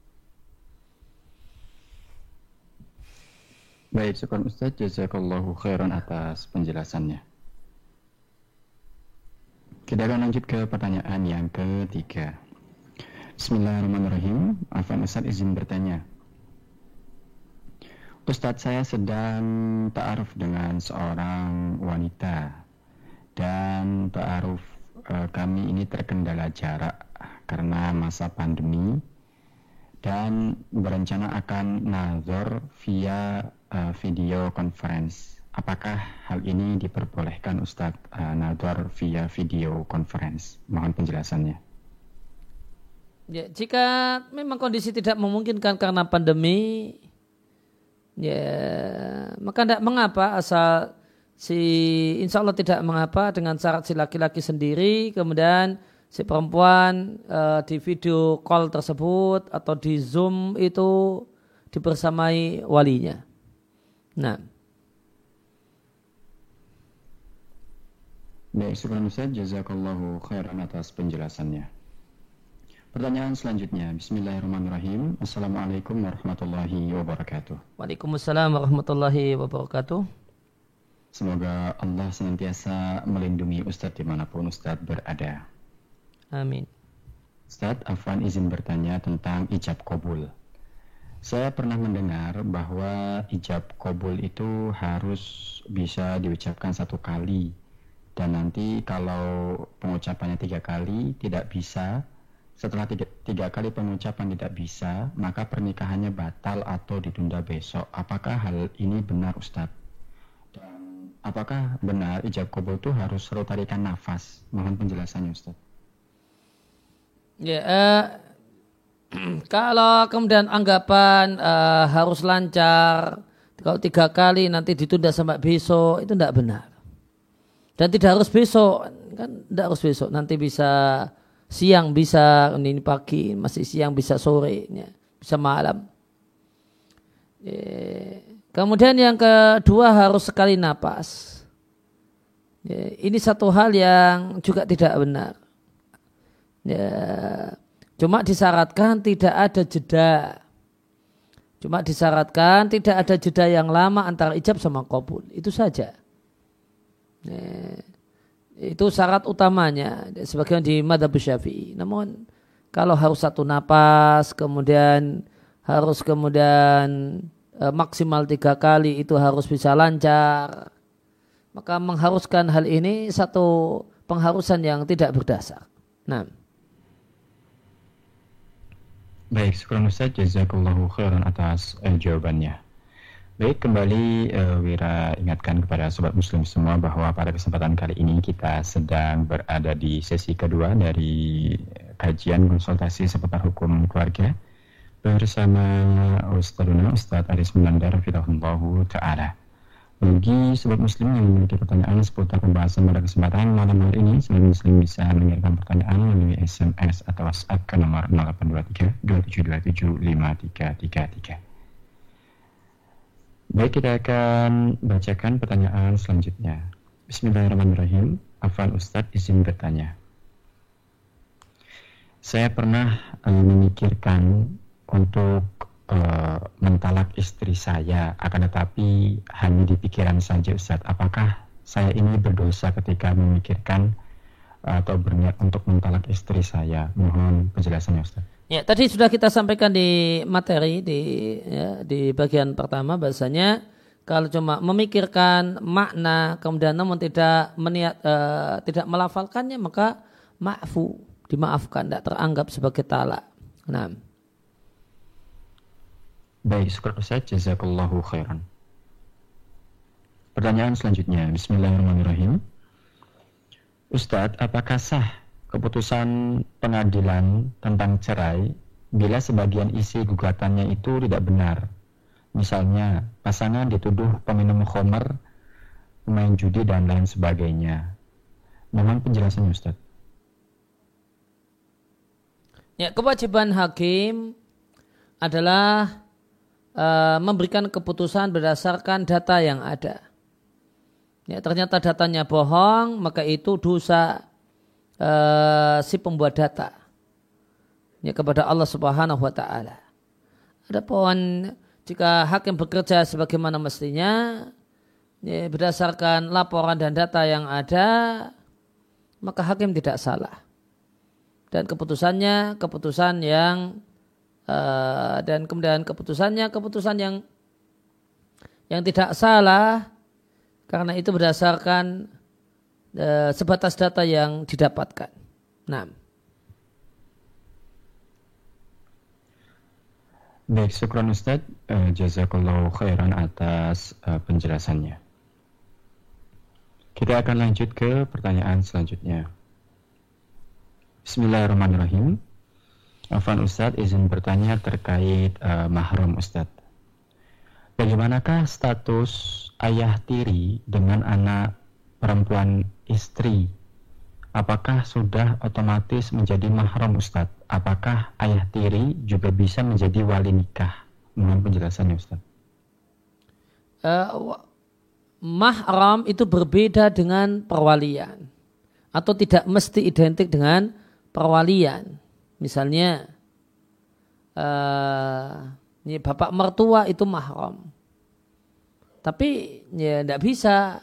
baik, syukur Ustaz, jazakallahu khairan atas penjelasannya. Kita akan lanjut ke pertanyaan yang ketiga. Bismillahirrahmanirrahim. Afwan Ustaz, izin bertanya. Ustadz, saya sedang ta'aruf dengan seorang wanita dan ta'aruf e, kami ini terkendala jarak karena masa pandemi dan berencana akan nazar via e, video conference. Apakah hal ini diperbolehkan Ustadz, uh, nadhar via video conference? Mohon penjelasannya. Ya, jika memang kondisi tidak memungkinkan karena pandemi, ya maka tidak mengapa asal si insya Allah tidak mengapa dengan syarat si laki-laki sendiri, kemudian si perempuan uh, di video call tersebut atau di Zoom itu dibersamai walinya. Nah. Baik, syukur Ustaz, jazakallahu khairan atas penjelasannya. Pertanyaan selanjutnya, bismillahirrahmanirrahim. Assalamualaikum warahmatullahi wabarakatuh. Waalaikumsalam warahmatullahi wabarakatuh. Semoga Allah senantiasa melindungi Ustaz dimanapun Ustaz berada. Amin. Ustaz, Afwan izin bertanya tentang ijab qabul. Saya pernah mendengar bahwa ijab qabul itu harus bisa diucapkan satu kali. Dan nanti kalau pengucapannya tiga kali tidak bisa, setelah tiga, tiga kali pengucapan tidak bisa, maka pernikahannya batal atau ditunda besok. Apakah hal ini benar Ustaz? Dan apakah benar ijab qabul itu harus selalu tarikan nafas? Mohon penjelasannya Ustaz. Ya, uh, kalau kemudian anggapan uh, harus lancar, kalau tiga kali nanti ditunda sampai besok, itu tidak benar. Dan tidak harus besok, kan tidak harus besok. Nanti bisa siang, bisa ini pagi, masih siang, bisa sore, ya, bisa malam. Ya. Kemudian yang kedua harus sekali napas. Ya, ini satu hal yang juga tidak benar. Ya, cuma disyaratkan tidak ada jeda. Cuma disyaratkan tidak ada jeda yang lama antara ijab sama qabul. Itu saja. Nah, itu syarat utamanya sebagian di madzhab Syafi'i. Namun kalau harus satu napas, kemudian harus kemudian e, maksimal tiga kali itu harus bisa lancar, maka mengharuskan hal ini satu pengharusan yang tidak berdasar. Nah, baik, syukur Ustaz, jazakallahu khairan atas eh, jawabannya. Baik, kembali uh, Wira ingatkan kepada sobat muslim semua bahwa pada kesempatan kali ini kita sedang berada di sesi kedua dari kajian konsultasi seputar hukum keluarga bersama Ustadzuna Ustadz Aris Munandar Fidahullahu Ta'ala. Bagi sobat muslim yang memiliki pertanyaan seputar pembahasan pada kesempatan malam hari ini, sobat muslim bisa mengirimkan pertanyaan melalui S M S atau WhatsApp ke nomor nol delapan dua tiga dua tujuh dua tujuh lima tiga tiga tiga. Baik, kita akan bacakan pertanyaan selanjutnya. Bismillahirrahmanirrahim. Afwan Ustadz izin bertanya. Saya pernah uh, memikirkan untuk uh, mentalak istri saya, akan tetapi hanya di pikiran saja Ustadz. Apakah saya ini berdosa ketika memikirkan uh, atau berniat untuk mentalak istri saya? Mohon penjelasannya Ustadz. Ya, tadi sudah kita sampaikan di materi di ya, di bagian pertama bahasanya kalau cuma memikirkan makna kemudian namun tidak meniat uh, tidak melafalkannya maka ma'fu, dimaafkan, tidak teranggap sebagai talak. Nah. Baik, syukur Ustaz, jazakallahu khairan. Pertanyaan selanjutnya, bismillahirrahmanirrahim. Ustadz, apakah sah keputusan pengadilan tentang cerai bila sebagian isi gugatannya itu tidak benar? Misalnya, pasangan dituduh peminum khamar, pemain judi, dan lain sebagainya. Mohon penjelasannya, Ustaz. Ya, kewajiban hakim adalah uh, memberikan keputusan berdasarkan data yang ada. Ya, ternyata datanya bohong, maka itu dosa uh, si pembuat data. Ya, kepada Allah Subhanahu wa taala. Adapun jika hakim bekerja sebagaimana mestinya, ya, berdasarkan laporan dan data yang ada, maka hakim tidak salah. Dan keputusannya keputusan yang uh, dan kemudian keputusannya keputusan yang yang tidak salah karena itu berdasarkan uh, sebatas data yang didapatkan. Nah. Baik, syukran Ustaz, uh, jazakallahu khairan atas uh, penjelasannya. Kita akan lanjut ke pertanyaan selanjutnya. Bismillahirrahmanirrahim. Afwan Ustaz, izin bertanya terkait uh, mahram Ustaz. Bagaimanakah status ayah tiri dengan anak perempuan istri? Apakah sudah otomatis menjadi mahram Ustaz? Apakah ayah tiri juga bisa menjadi wali nikah? Mohon penjelasannya Ustaz. Uh, mahram itu berbeda dengan perwalian atau tidak mesti identik dengan perwalian. Misalnya uh, ini bapak mertua itu mahram, tapi ya tidak bisa.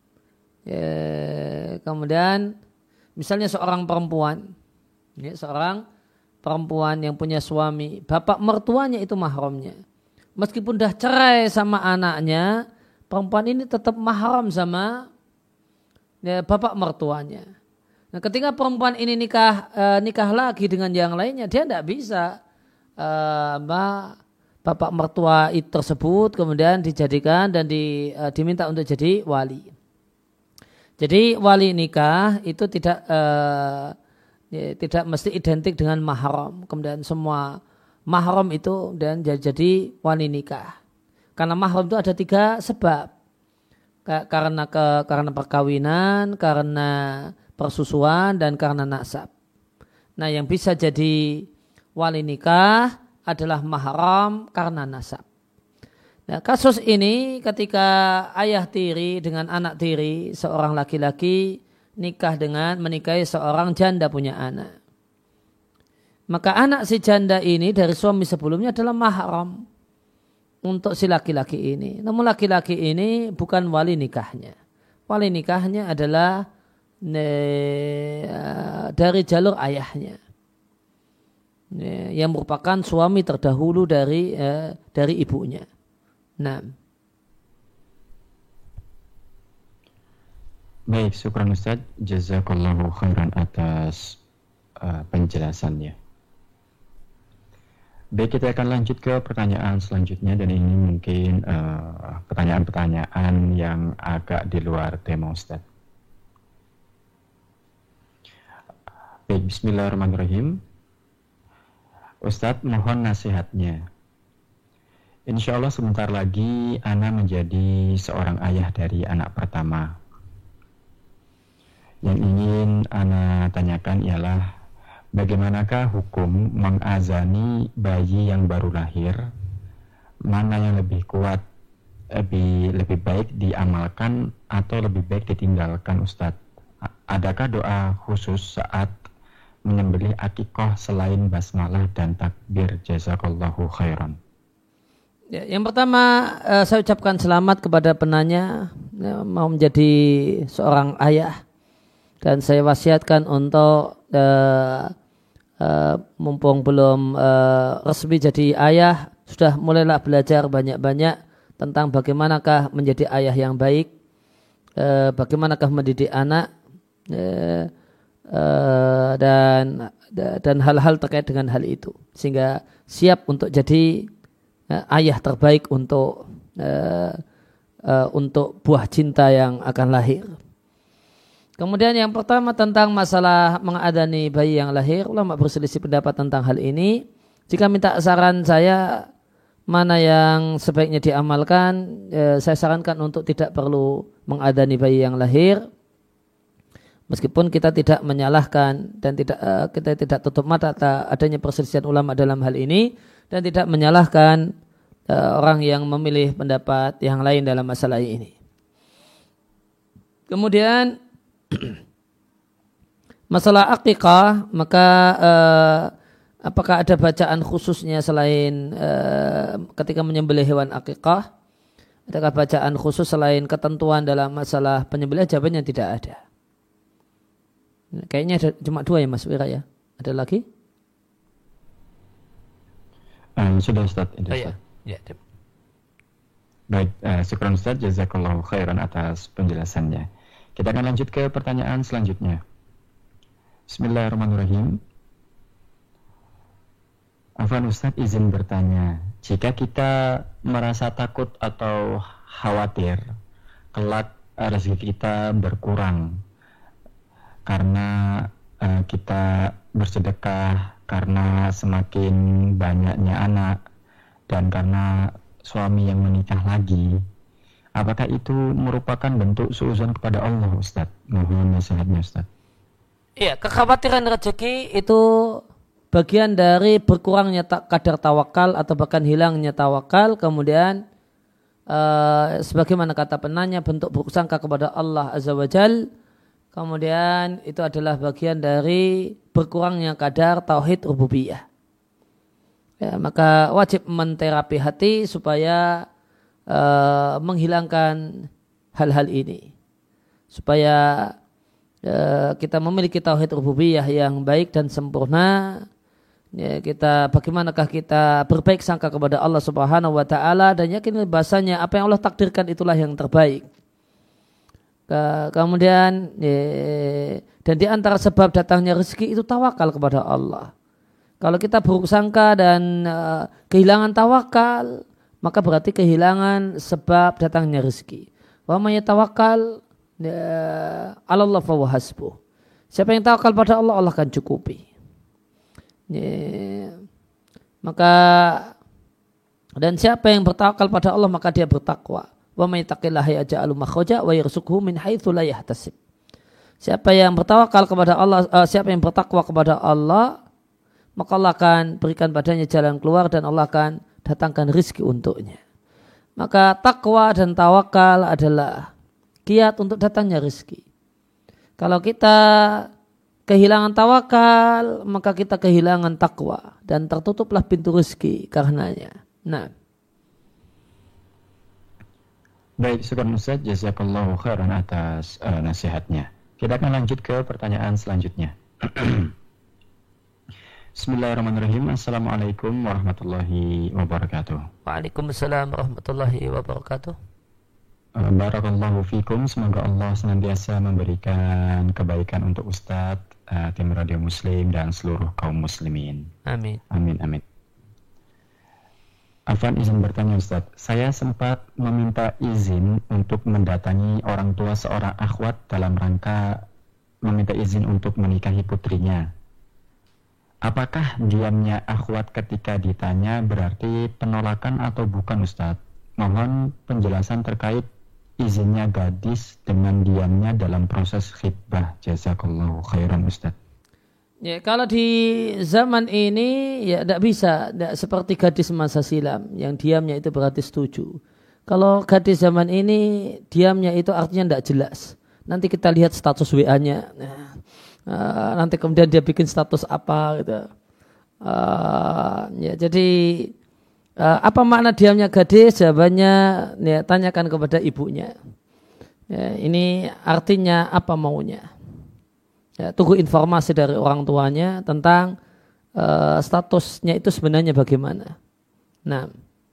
Ya, kemudian misalnya seorang perempuan, ya, seorang perempuan yang punya suami, bapak mertuanya itu mahramnya. Meskipun dah cerai sama anaknya, perempuan ini tetap mahram sama ya, bapak mertuanya. Nah, ketika perempuan ini nikah e, nikah lagi dengan yang lainnya, dia tidak bisa e, bapak mertua itu tersebut kemudian dijadikan dan di, e, diminta untuk jadi wali. Jadi wali nikah itu tidak e, ya, tidak mesti identik dengan mahram. Kemudian semua mahram itu dan jadi wali nikah. Karena mahram itu ada tiga sebab. Karena ke, karena perkawinan, karena persusuan, dan karena nasab. Nah, yang bisa jadi wali nikah adalah mahram karena nasab. Nah, kasus ini ketika ayah tiri dengan anak tiri, seorang laki-laki nikah dengan menikahi seorang janda punya anak. Maka anak si janda ini dari suami sebelumnya adalah mahram untuk si laki-laki ini. Namun laki-laki ini bukan wali nikahnya. Wali nikahnya adalah ne, dari jalur ayahnya, ne, yang merupakan suami terdahulu dari eh, dari ibunya. Nah. Baik, syukran Ustaz, jazakallahu khairan atas uh, penjelasannya. Baik, kita akan lanjut ke pertanyaan selanjutnya, dan ini mungkin uh, pertanyaan-pertanyaan yang agak di luar tema Ustaz. Baik, bismillahirrahmanirrahim. Ustaz, mohon nasihatnya. Insya Allah sebentar lagi Ana menjadi seorang ayah dari anak pertama. Yang ingin Ana tanyakan ialah bagaimanakah hukum mengazani bayi yang baru lahir? Mana yang lebih kuat, lebih lebih baik diamalkan atau lebih baik ditinggalkan Ustadz? Adakah doa khusus saat menyembelih akikah selain basmalah dan takbir? Jazakallahu khairan. Ya, yang pertama uh, saya ucapkan selamat kepada penanya ya, mau menjadi seorang ayah, dan saya wasiatkan untuk uh, uh, mumpung belum uh, resmi jadi ayah, sudah mulailah belajar banyak-banyak tentang bagaimanakah menjadi ayah yang baik, uh, bagaimanakah mendidik anak, uh, uh, dan dan hal-hal terkait dengan hal itu, sehingga siap untuk jadi Uh, ayah terbaik untuk uh, uh, untuk buah cinta yang akan lahir. Kemudian yang pertama tentang masalah mengadani bayi yang lahir, ulama berselisih pendapat tentang hal ini. Jika minta saran saya mana yang sebaiknya diamalkan, uh, saya sarankan untuk tidak perlu mengadani bayi yang lahir. Meskipun kita tidak menyalahkan dan tidak uh, kita tidak tutup mata adanya perselisihan ulama dalam hal ini dan tidak menyalahkan uh, orang yang memilih pendapat yang lain dalam masalah ini. Kemudian masalah akikah, maka uh, apakah ada bacaan khususnya selain uh, ketika menyembelih hewan akikah? Adakah bacaan khusus selain ketentuan dalam masalah penyembelihan? Jawabannya tidak ada. Kayaknya ada cuma dua ya Mas Wira ya. Ada lagi? Um, sudah Ustaz. Oh, ya. Ya, baik, uh, syukran Ustaz, jazakallahu khairan atas penjelasannya. Kita akan lanjut ke pertanyaan selanjutnya. Bismillahirrahmanirrahim. Afwan Ustaz izin bertanya, jika kita merasa takut atau khawatir kelak rezeki kita berkurang karena uh, kita bersedekah, karena semakin banyaknya anak, dan karena suami yang menikah lagi, apakah itu merupakan bentuk suudzon kepada Allah Ustaz? Mohon nasihatnya Ustaz. Iya, kekhawatiran rezeki itu bagian dari berkurangnya kadar tawakal atau bahkan hilangnya tawakal. Kemudian uh, sebagaimana kata penanya, bentuk buruk sangka kepada Allah Azza wa Jal. Kemudian itu adalah bagian dari berkurangnya kadar tauhid rububiyah. Ya, maka wajib menterapi hati supaya uh, menghilangkan hal-hal ini, supaya uh, kita memiliki tauhid rububiyah yang baik dan sempurna. Ya, kita bagaimanakah kita berbaik sangka kepada Allah Subhanahu wa taala dan yakin bahasanya apa yang Allah takdirkan itulah yang terbaik. Kemudian ya, dan di antara sebab datangnya rezeki itu tawakal kepada Allah. Kalau kita buruk sangka dan uh, kehilangan tawakal, maka berarti kehilangan sebab datangnya rezeki. Wa may tawakal ya, 'alallah fa huwa hasbuh. Siapa yang tawakal pada Allah, Allah akan cukupi. Ya, maka dan siapa yang bertawakal pada Allah maka dia bertakwa. Wa may yattaqillaha yaj'al makhraja wa yarzuqhu min haitsu la yahtasib. Siapa yang bertawakal kepada Allah, uh, siapa yang bertakwa kepada Allah, maka Allah akan berikan padanya jalan keluar dan Allah akan datangkan rezeki untuknya. Maka takwa dan tawakal adalah kiat untuk datangnya rezeki. Kalau kita kehilangan tawakal, maka kita kehilangan takwa dan tertutuplah pintu rezeki karenanya. Nah, baik, syukur Ustaz, jazakallahu khairan atas uh, nasihatnya. Kita akan lanjut ke pertanyaan selanjutnya. Bismillahirrahmanirrahim. Assalamualaikum warahmatullahi wabarakatuh. Waalaikumsalam warahmatullahi wabarakatuh. Uh, Barakallahu fikum. Semoga Allah senantiasa memberikan kebaikan untuk Ustaz, uh, tim Radio Muslim dan seluruh kaum muslimin. Amin. Amin, amin. Afwan izin bertanya Ustaz, saya sempat meminta izin untuk mendatangi orang tua seorang akhwat dalam rangka meminta izin untuk menikahi putrinya. Apakah diamnya akhwat ketika ditanya berarti penolakan atau bukan Ustaz? Mohon penjelasan terkait izinnya gadis dengan diamnya dalam proses khitbah. Jazakallahu khairan Ustaz. Ya, kalau di zaman ini ya tidak bisa, tidak seperti gadis masa silam yang diamnya itu berarti setuju. Kalau gadis zaman ini diamnya itu artinya tidak jelas. Nanti kita lihat status W A-nya. Nah, uh, nanti kemudian dia bikin status apa gitu. Uh, ya jadi uh, apa makna diamnya gadis? Jawabannya ya tanyakan kepada ibunya. Ya, ini artinya apa maunya? Ya, tunggu informasi dari orang tuanya tentang uh, statusnya itu sebenarnya bagaimana. Nah,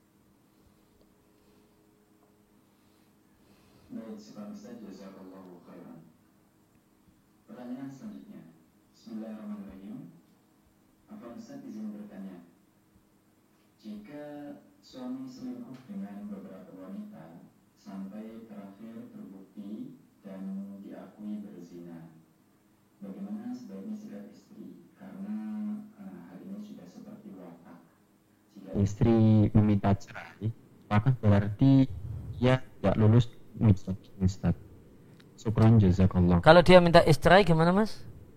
pertanyaan selanjutnya. Bismillahirrahmanirrahim. Apa Ustaz izin bertanya? Jika suami selingkuh dengan beberapa wanita sampai terakhir terbukti dan diakui berzina, bagaimana sebaiknya sikap istri? Karena uh, hal ini sudah seperti watak. Jika istri meminta cerai, maka berarti ia tidak lulus ujian Ustaz. Syukran jazakallah. Kalau dia minta cerai gimana Mas?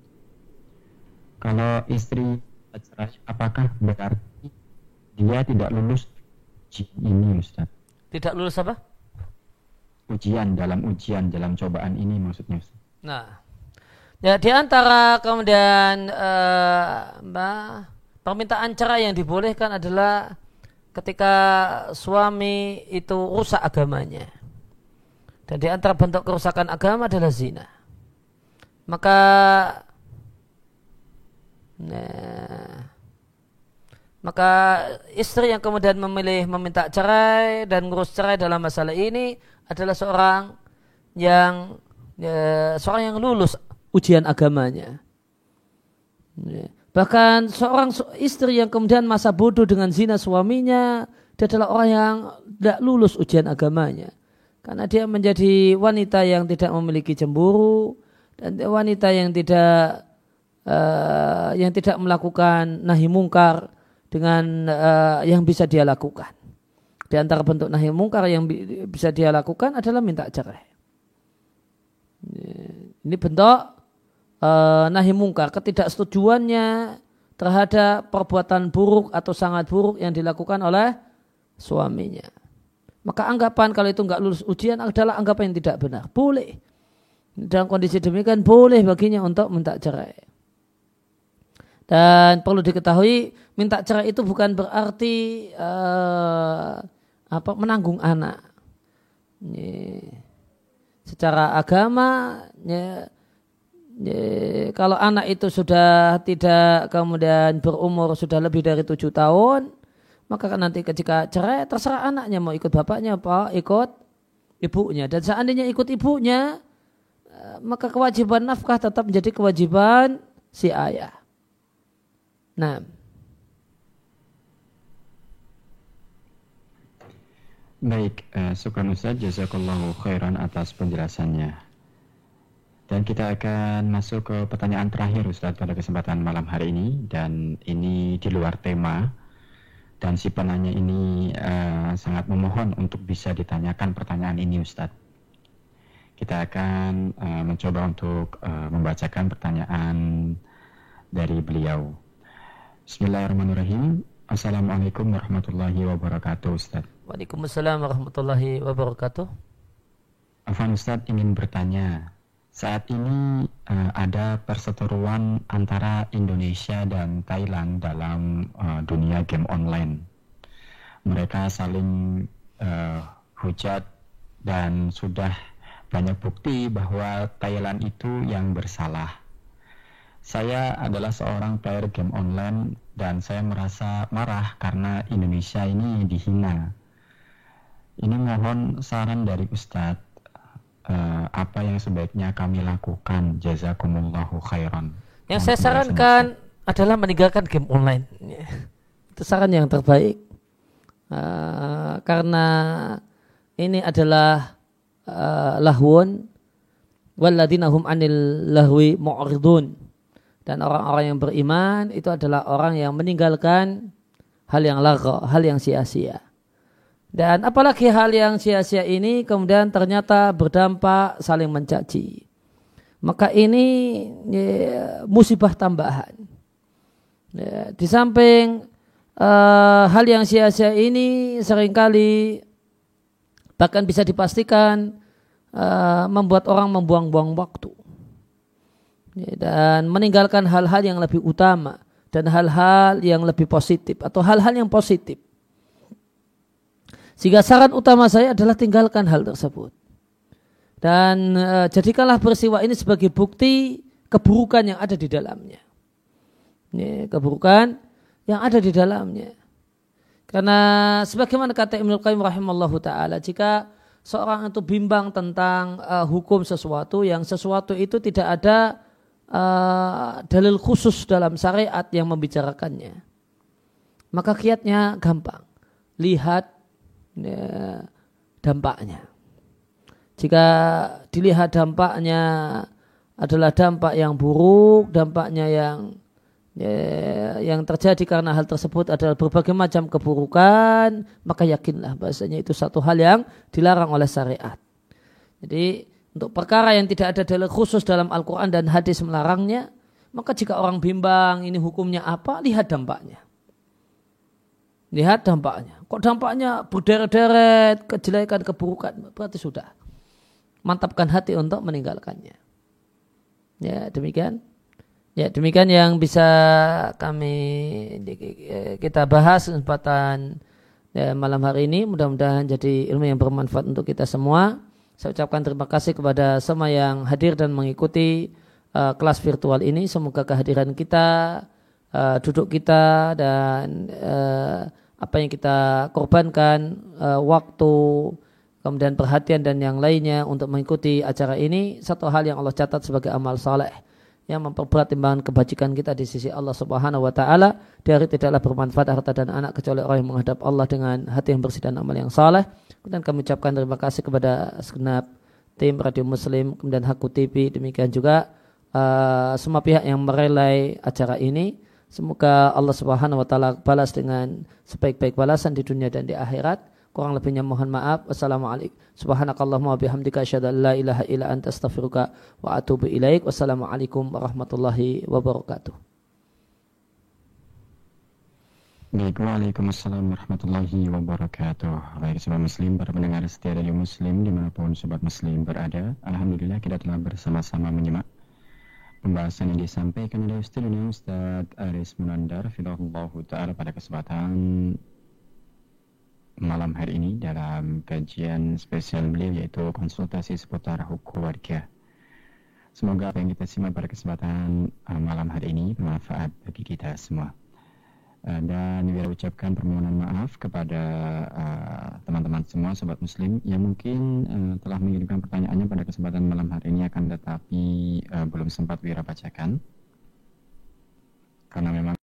Kalau istri cerai, apakah berarti dia tidak lulus ujian ini Ustaz? Tidak lulus apa? Ujian, dalam ujian, dalam cobaan ini maksudnya Ustaz. Nah, ya di antara kemudian uh, bah, permintaan cerai yang dibolehkan adalah ketika suami itu rusak agamanya. Dan di antara bentuk kerusakan agama adalah zina. Maka nah, maka istri yang kemudian memilih meminta cerai dan ngurus cerai dalam masalah ini adalah seorang yang ya, seorang yang lulus ujian agamanya. Ya. Bahkan seorang istri yang kemudian masa bodoh dengan zina suaminya, dia adalah orang yang tidak lulus ujian agamanya. Karena dia menjadi wanita yang tidak memiliki cemburu dan wanita yang tidak uh, yang tidak melakukan nahi mungkar dengan uh, yang bisa dia lakukan. Di antara bentuk nahi mungkar yang bi- bisa dia lakukan adalah minta cerai. Ini bentuk uh, nahi mungkar, ketidaksetujuannya terhadap perbuatan buruk atau sangat buruk yang dilakukan oleh suaminya. Maka anggapan kalau itu enggak lulus ujian adalah anggapan yang tidak benar. Boleh. Dalam kondisi demikian boleh baginya untuk minta cerai. Dan perlu diketahui minta cerai itu bukan berarti uh, apa menanggung anak. Ini, secara agama ya, ya, kalau anak itu sudah tidak kemudian berumur sudah lebih dari tujuh tahun, maka kan nanti ketika cerai terserah anaknya mau ikut bapaknya apa ikut ibunya. Dan seandainya ikut ibunya, maka kewajiban nafkah tetap menjadi kewajiban si ayah. Nah, baik, uh, syukran Ustaz, jazakallahu khairan atas penjelasannya. Dan kita akan masuk ke pertanyaan terakhir Ustaz pada kesempatan malam hari ini, dan ini di luar tema. Dan si penanya ini uh, sangat memohon untuk bisa ditanyakan pertanyaan ini Ustaz. Kita akan uh, mencoba untuk uh, membacakan pertanyaan dari beliau. Bismillahirrahmanirrahim. Assalamualaikum warahmatullahi wabarakatuh Ustaz. Waalaikumsalam warahmatullahi wabarakatuh. Afwan Ustaz ingin bertanya, saat ini uh, ada perseteruan antara Indonesia dan Thailand dalam uh, dunia game online. Mereka saling uh, hujat dan sudah banyak bukti bahwa Thailand itu yang bersalah. Saya adalah seorang player game online dan saya merasa marah karena Indonesia ini dihina. Ini mohon saran dari Ustadz. Uh, apa yang sebaiknya kami lakukan? Jazakumullahu khairan. Yang saya sarankan adalah meninggalkan game online. Itu saran yang terbaik. Uh, karena ini adalah uh, lahwun walladzina hum anil lahwi mu'ridun. Dan orang-orang yang beriman itu adalah orang yang meninggalkan hal yang lagha, hal yang sia-sia. Dan apalagi hal yang sia-sia ini kemudian ternyata berdampak saling mencaci. Maka ini ya, musibah tambahan. Ya, di samping uh, hal yang sia-sia ini seringkali bahkan bisa dipastikan uh, membuat orang membuang-buang waktu. Ya, dan meninggalkan hal-hal yang lebih utama dan hal-hal yang lebih positif atau hal-hal yang positif. Sehingga saran utama saya adalah tinggalkan hal tersebut. Dan e, jadikanlah peristiwa ini sebagai bukti keburukan yang ada di dalamnya. Ini keburukan yang ada di dalamnya. Karena sebagaimana kata Ibnu Qayyim rahimallahu ta'ala, jika seorang itu bimbang tentang e, hukum sesuatu, yang sesuatu itu tidak ada e, dalil khusus dalam syariat yang membicarakannya, maka kiatnya gampang. Lihat ya, dampaknya. Jika dilihat dampaknya adalah dampak yang buruk, dampaknya yang ya, yang terjadi karena hal tersebut adalah berbagai macam keburukan, maka yakinlah bahasanya itu satu hal yang dilarang oleh syariat. Jadi untuk perkara yang tidak ada dalil khusus dalam Al-Quran dan hadis melarangnya, maka jika orang bimbang ini hukumnya apa, lihat dampaknya. Lihat dampaknya. Kok dampaknya berderet-deret, kejelekan, keburukan, berarti sudah. Mantapkan hati untuk meninggalkannya. Ya, demikian. Ya, demikian yang bisa kami kita bahas kesempatan ya, malam hari ini. Mudah-mudahan jadi ilmu yang bermanfaat untuk kita semua. Saya ucapkan terima kasih kepada semua yang hadir dan mengikuti uh, kelas virtual ini. Semoga kehadiran kita, uh, duduk kita, dan uh, apa yang kita korbankan, uh, waktu, kemudian perhatian dan yang lainnya untuk mengikuti acara ini, satu hal yang Allah catat sebagai amal saleh yang memperberat timbangan kebajikan kita di sisi Allah Subhanahu wa taala. Di hari tidaklah bermanfaat harta dan anak kecuali orang yang menghadap Allah dengan hati yang bersih dan amal yang saleh. Dan kami ucapkan terima kasih kepada segenap tim Radio Muslim, kemudian Haku T V, demikian juga uh, semua pihak yang merelai acara ini. Semoga Allah Subhanahu wa taala balas dengan sebaik-baik balasan di dunia dan di akhirat. Kurang lebihnya mohon maaf. Wassalamualaikum. Subhanakallahumma wa bihamdika asyhadu an la ilaha illa anta astaghfiruka wa atubu ilaik. Wassalamualaikum warahmatullahi wabarakatuh. Baik, waalaikumsalam warahmatullahi wabarakatuh. Baik, sobat muslim, para pendengar setia Radio Muslim dimanapun sobat muslim berada, alhamdulillah kita telah bersama-sama menyimak pembahasan yang disampaikan oleh Ustaz Dunia Ustaz Aris Munandar Fidahullahu Ta'ala pada kesempatan malam hari ini dalam kajian spesial beliau, yaitu konsultasi seputar hukum keluarga. Semoga apa yang kita simak pada kesempatan uh, malam hari ini bermanfaat bagi kita semua. Uh, dan saya ucapkan permohonan maaf kepada uh, teman-teman semua sobat muslim yang mungkin uh, telah mengirimkan pertanyaannya pada kesempatan malam hari ini, akan tetapi uh, belum sempat Wira bacakan karena memang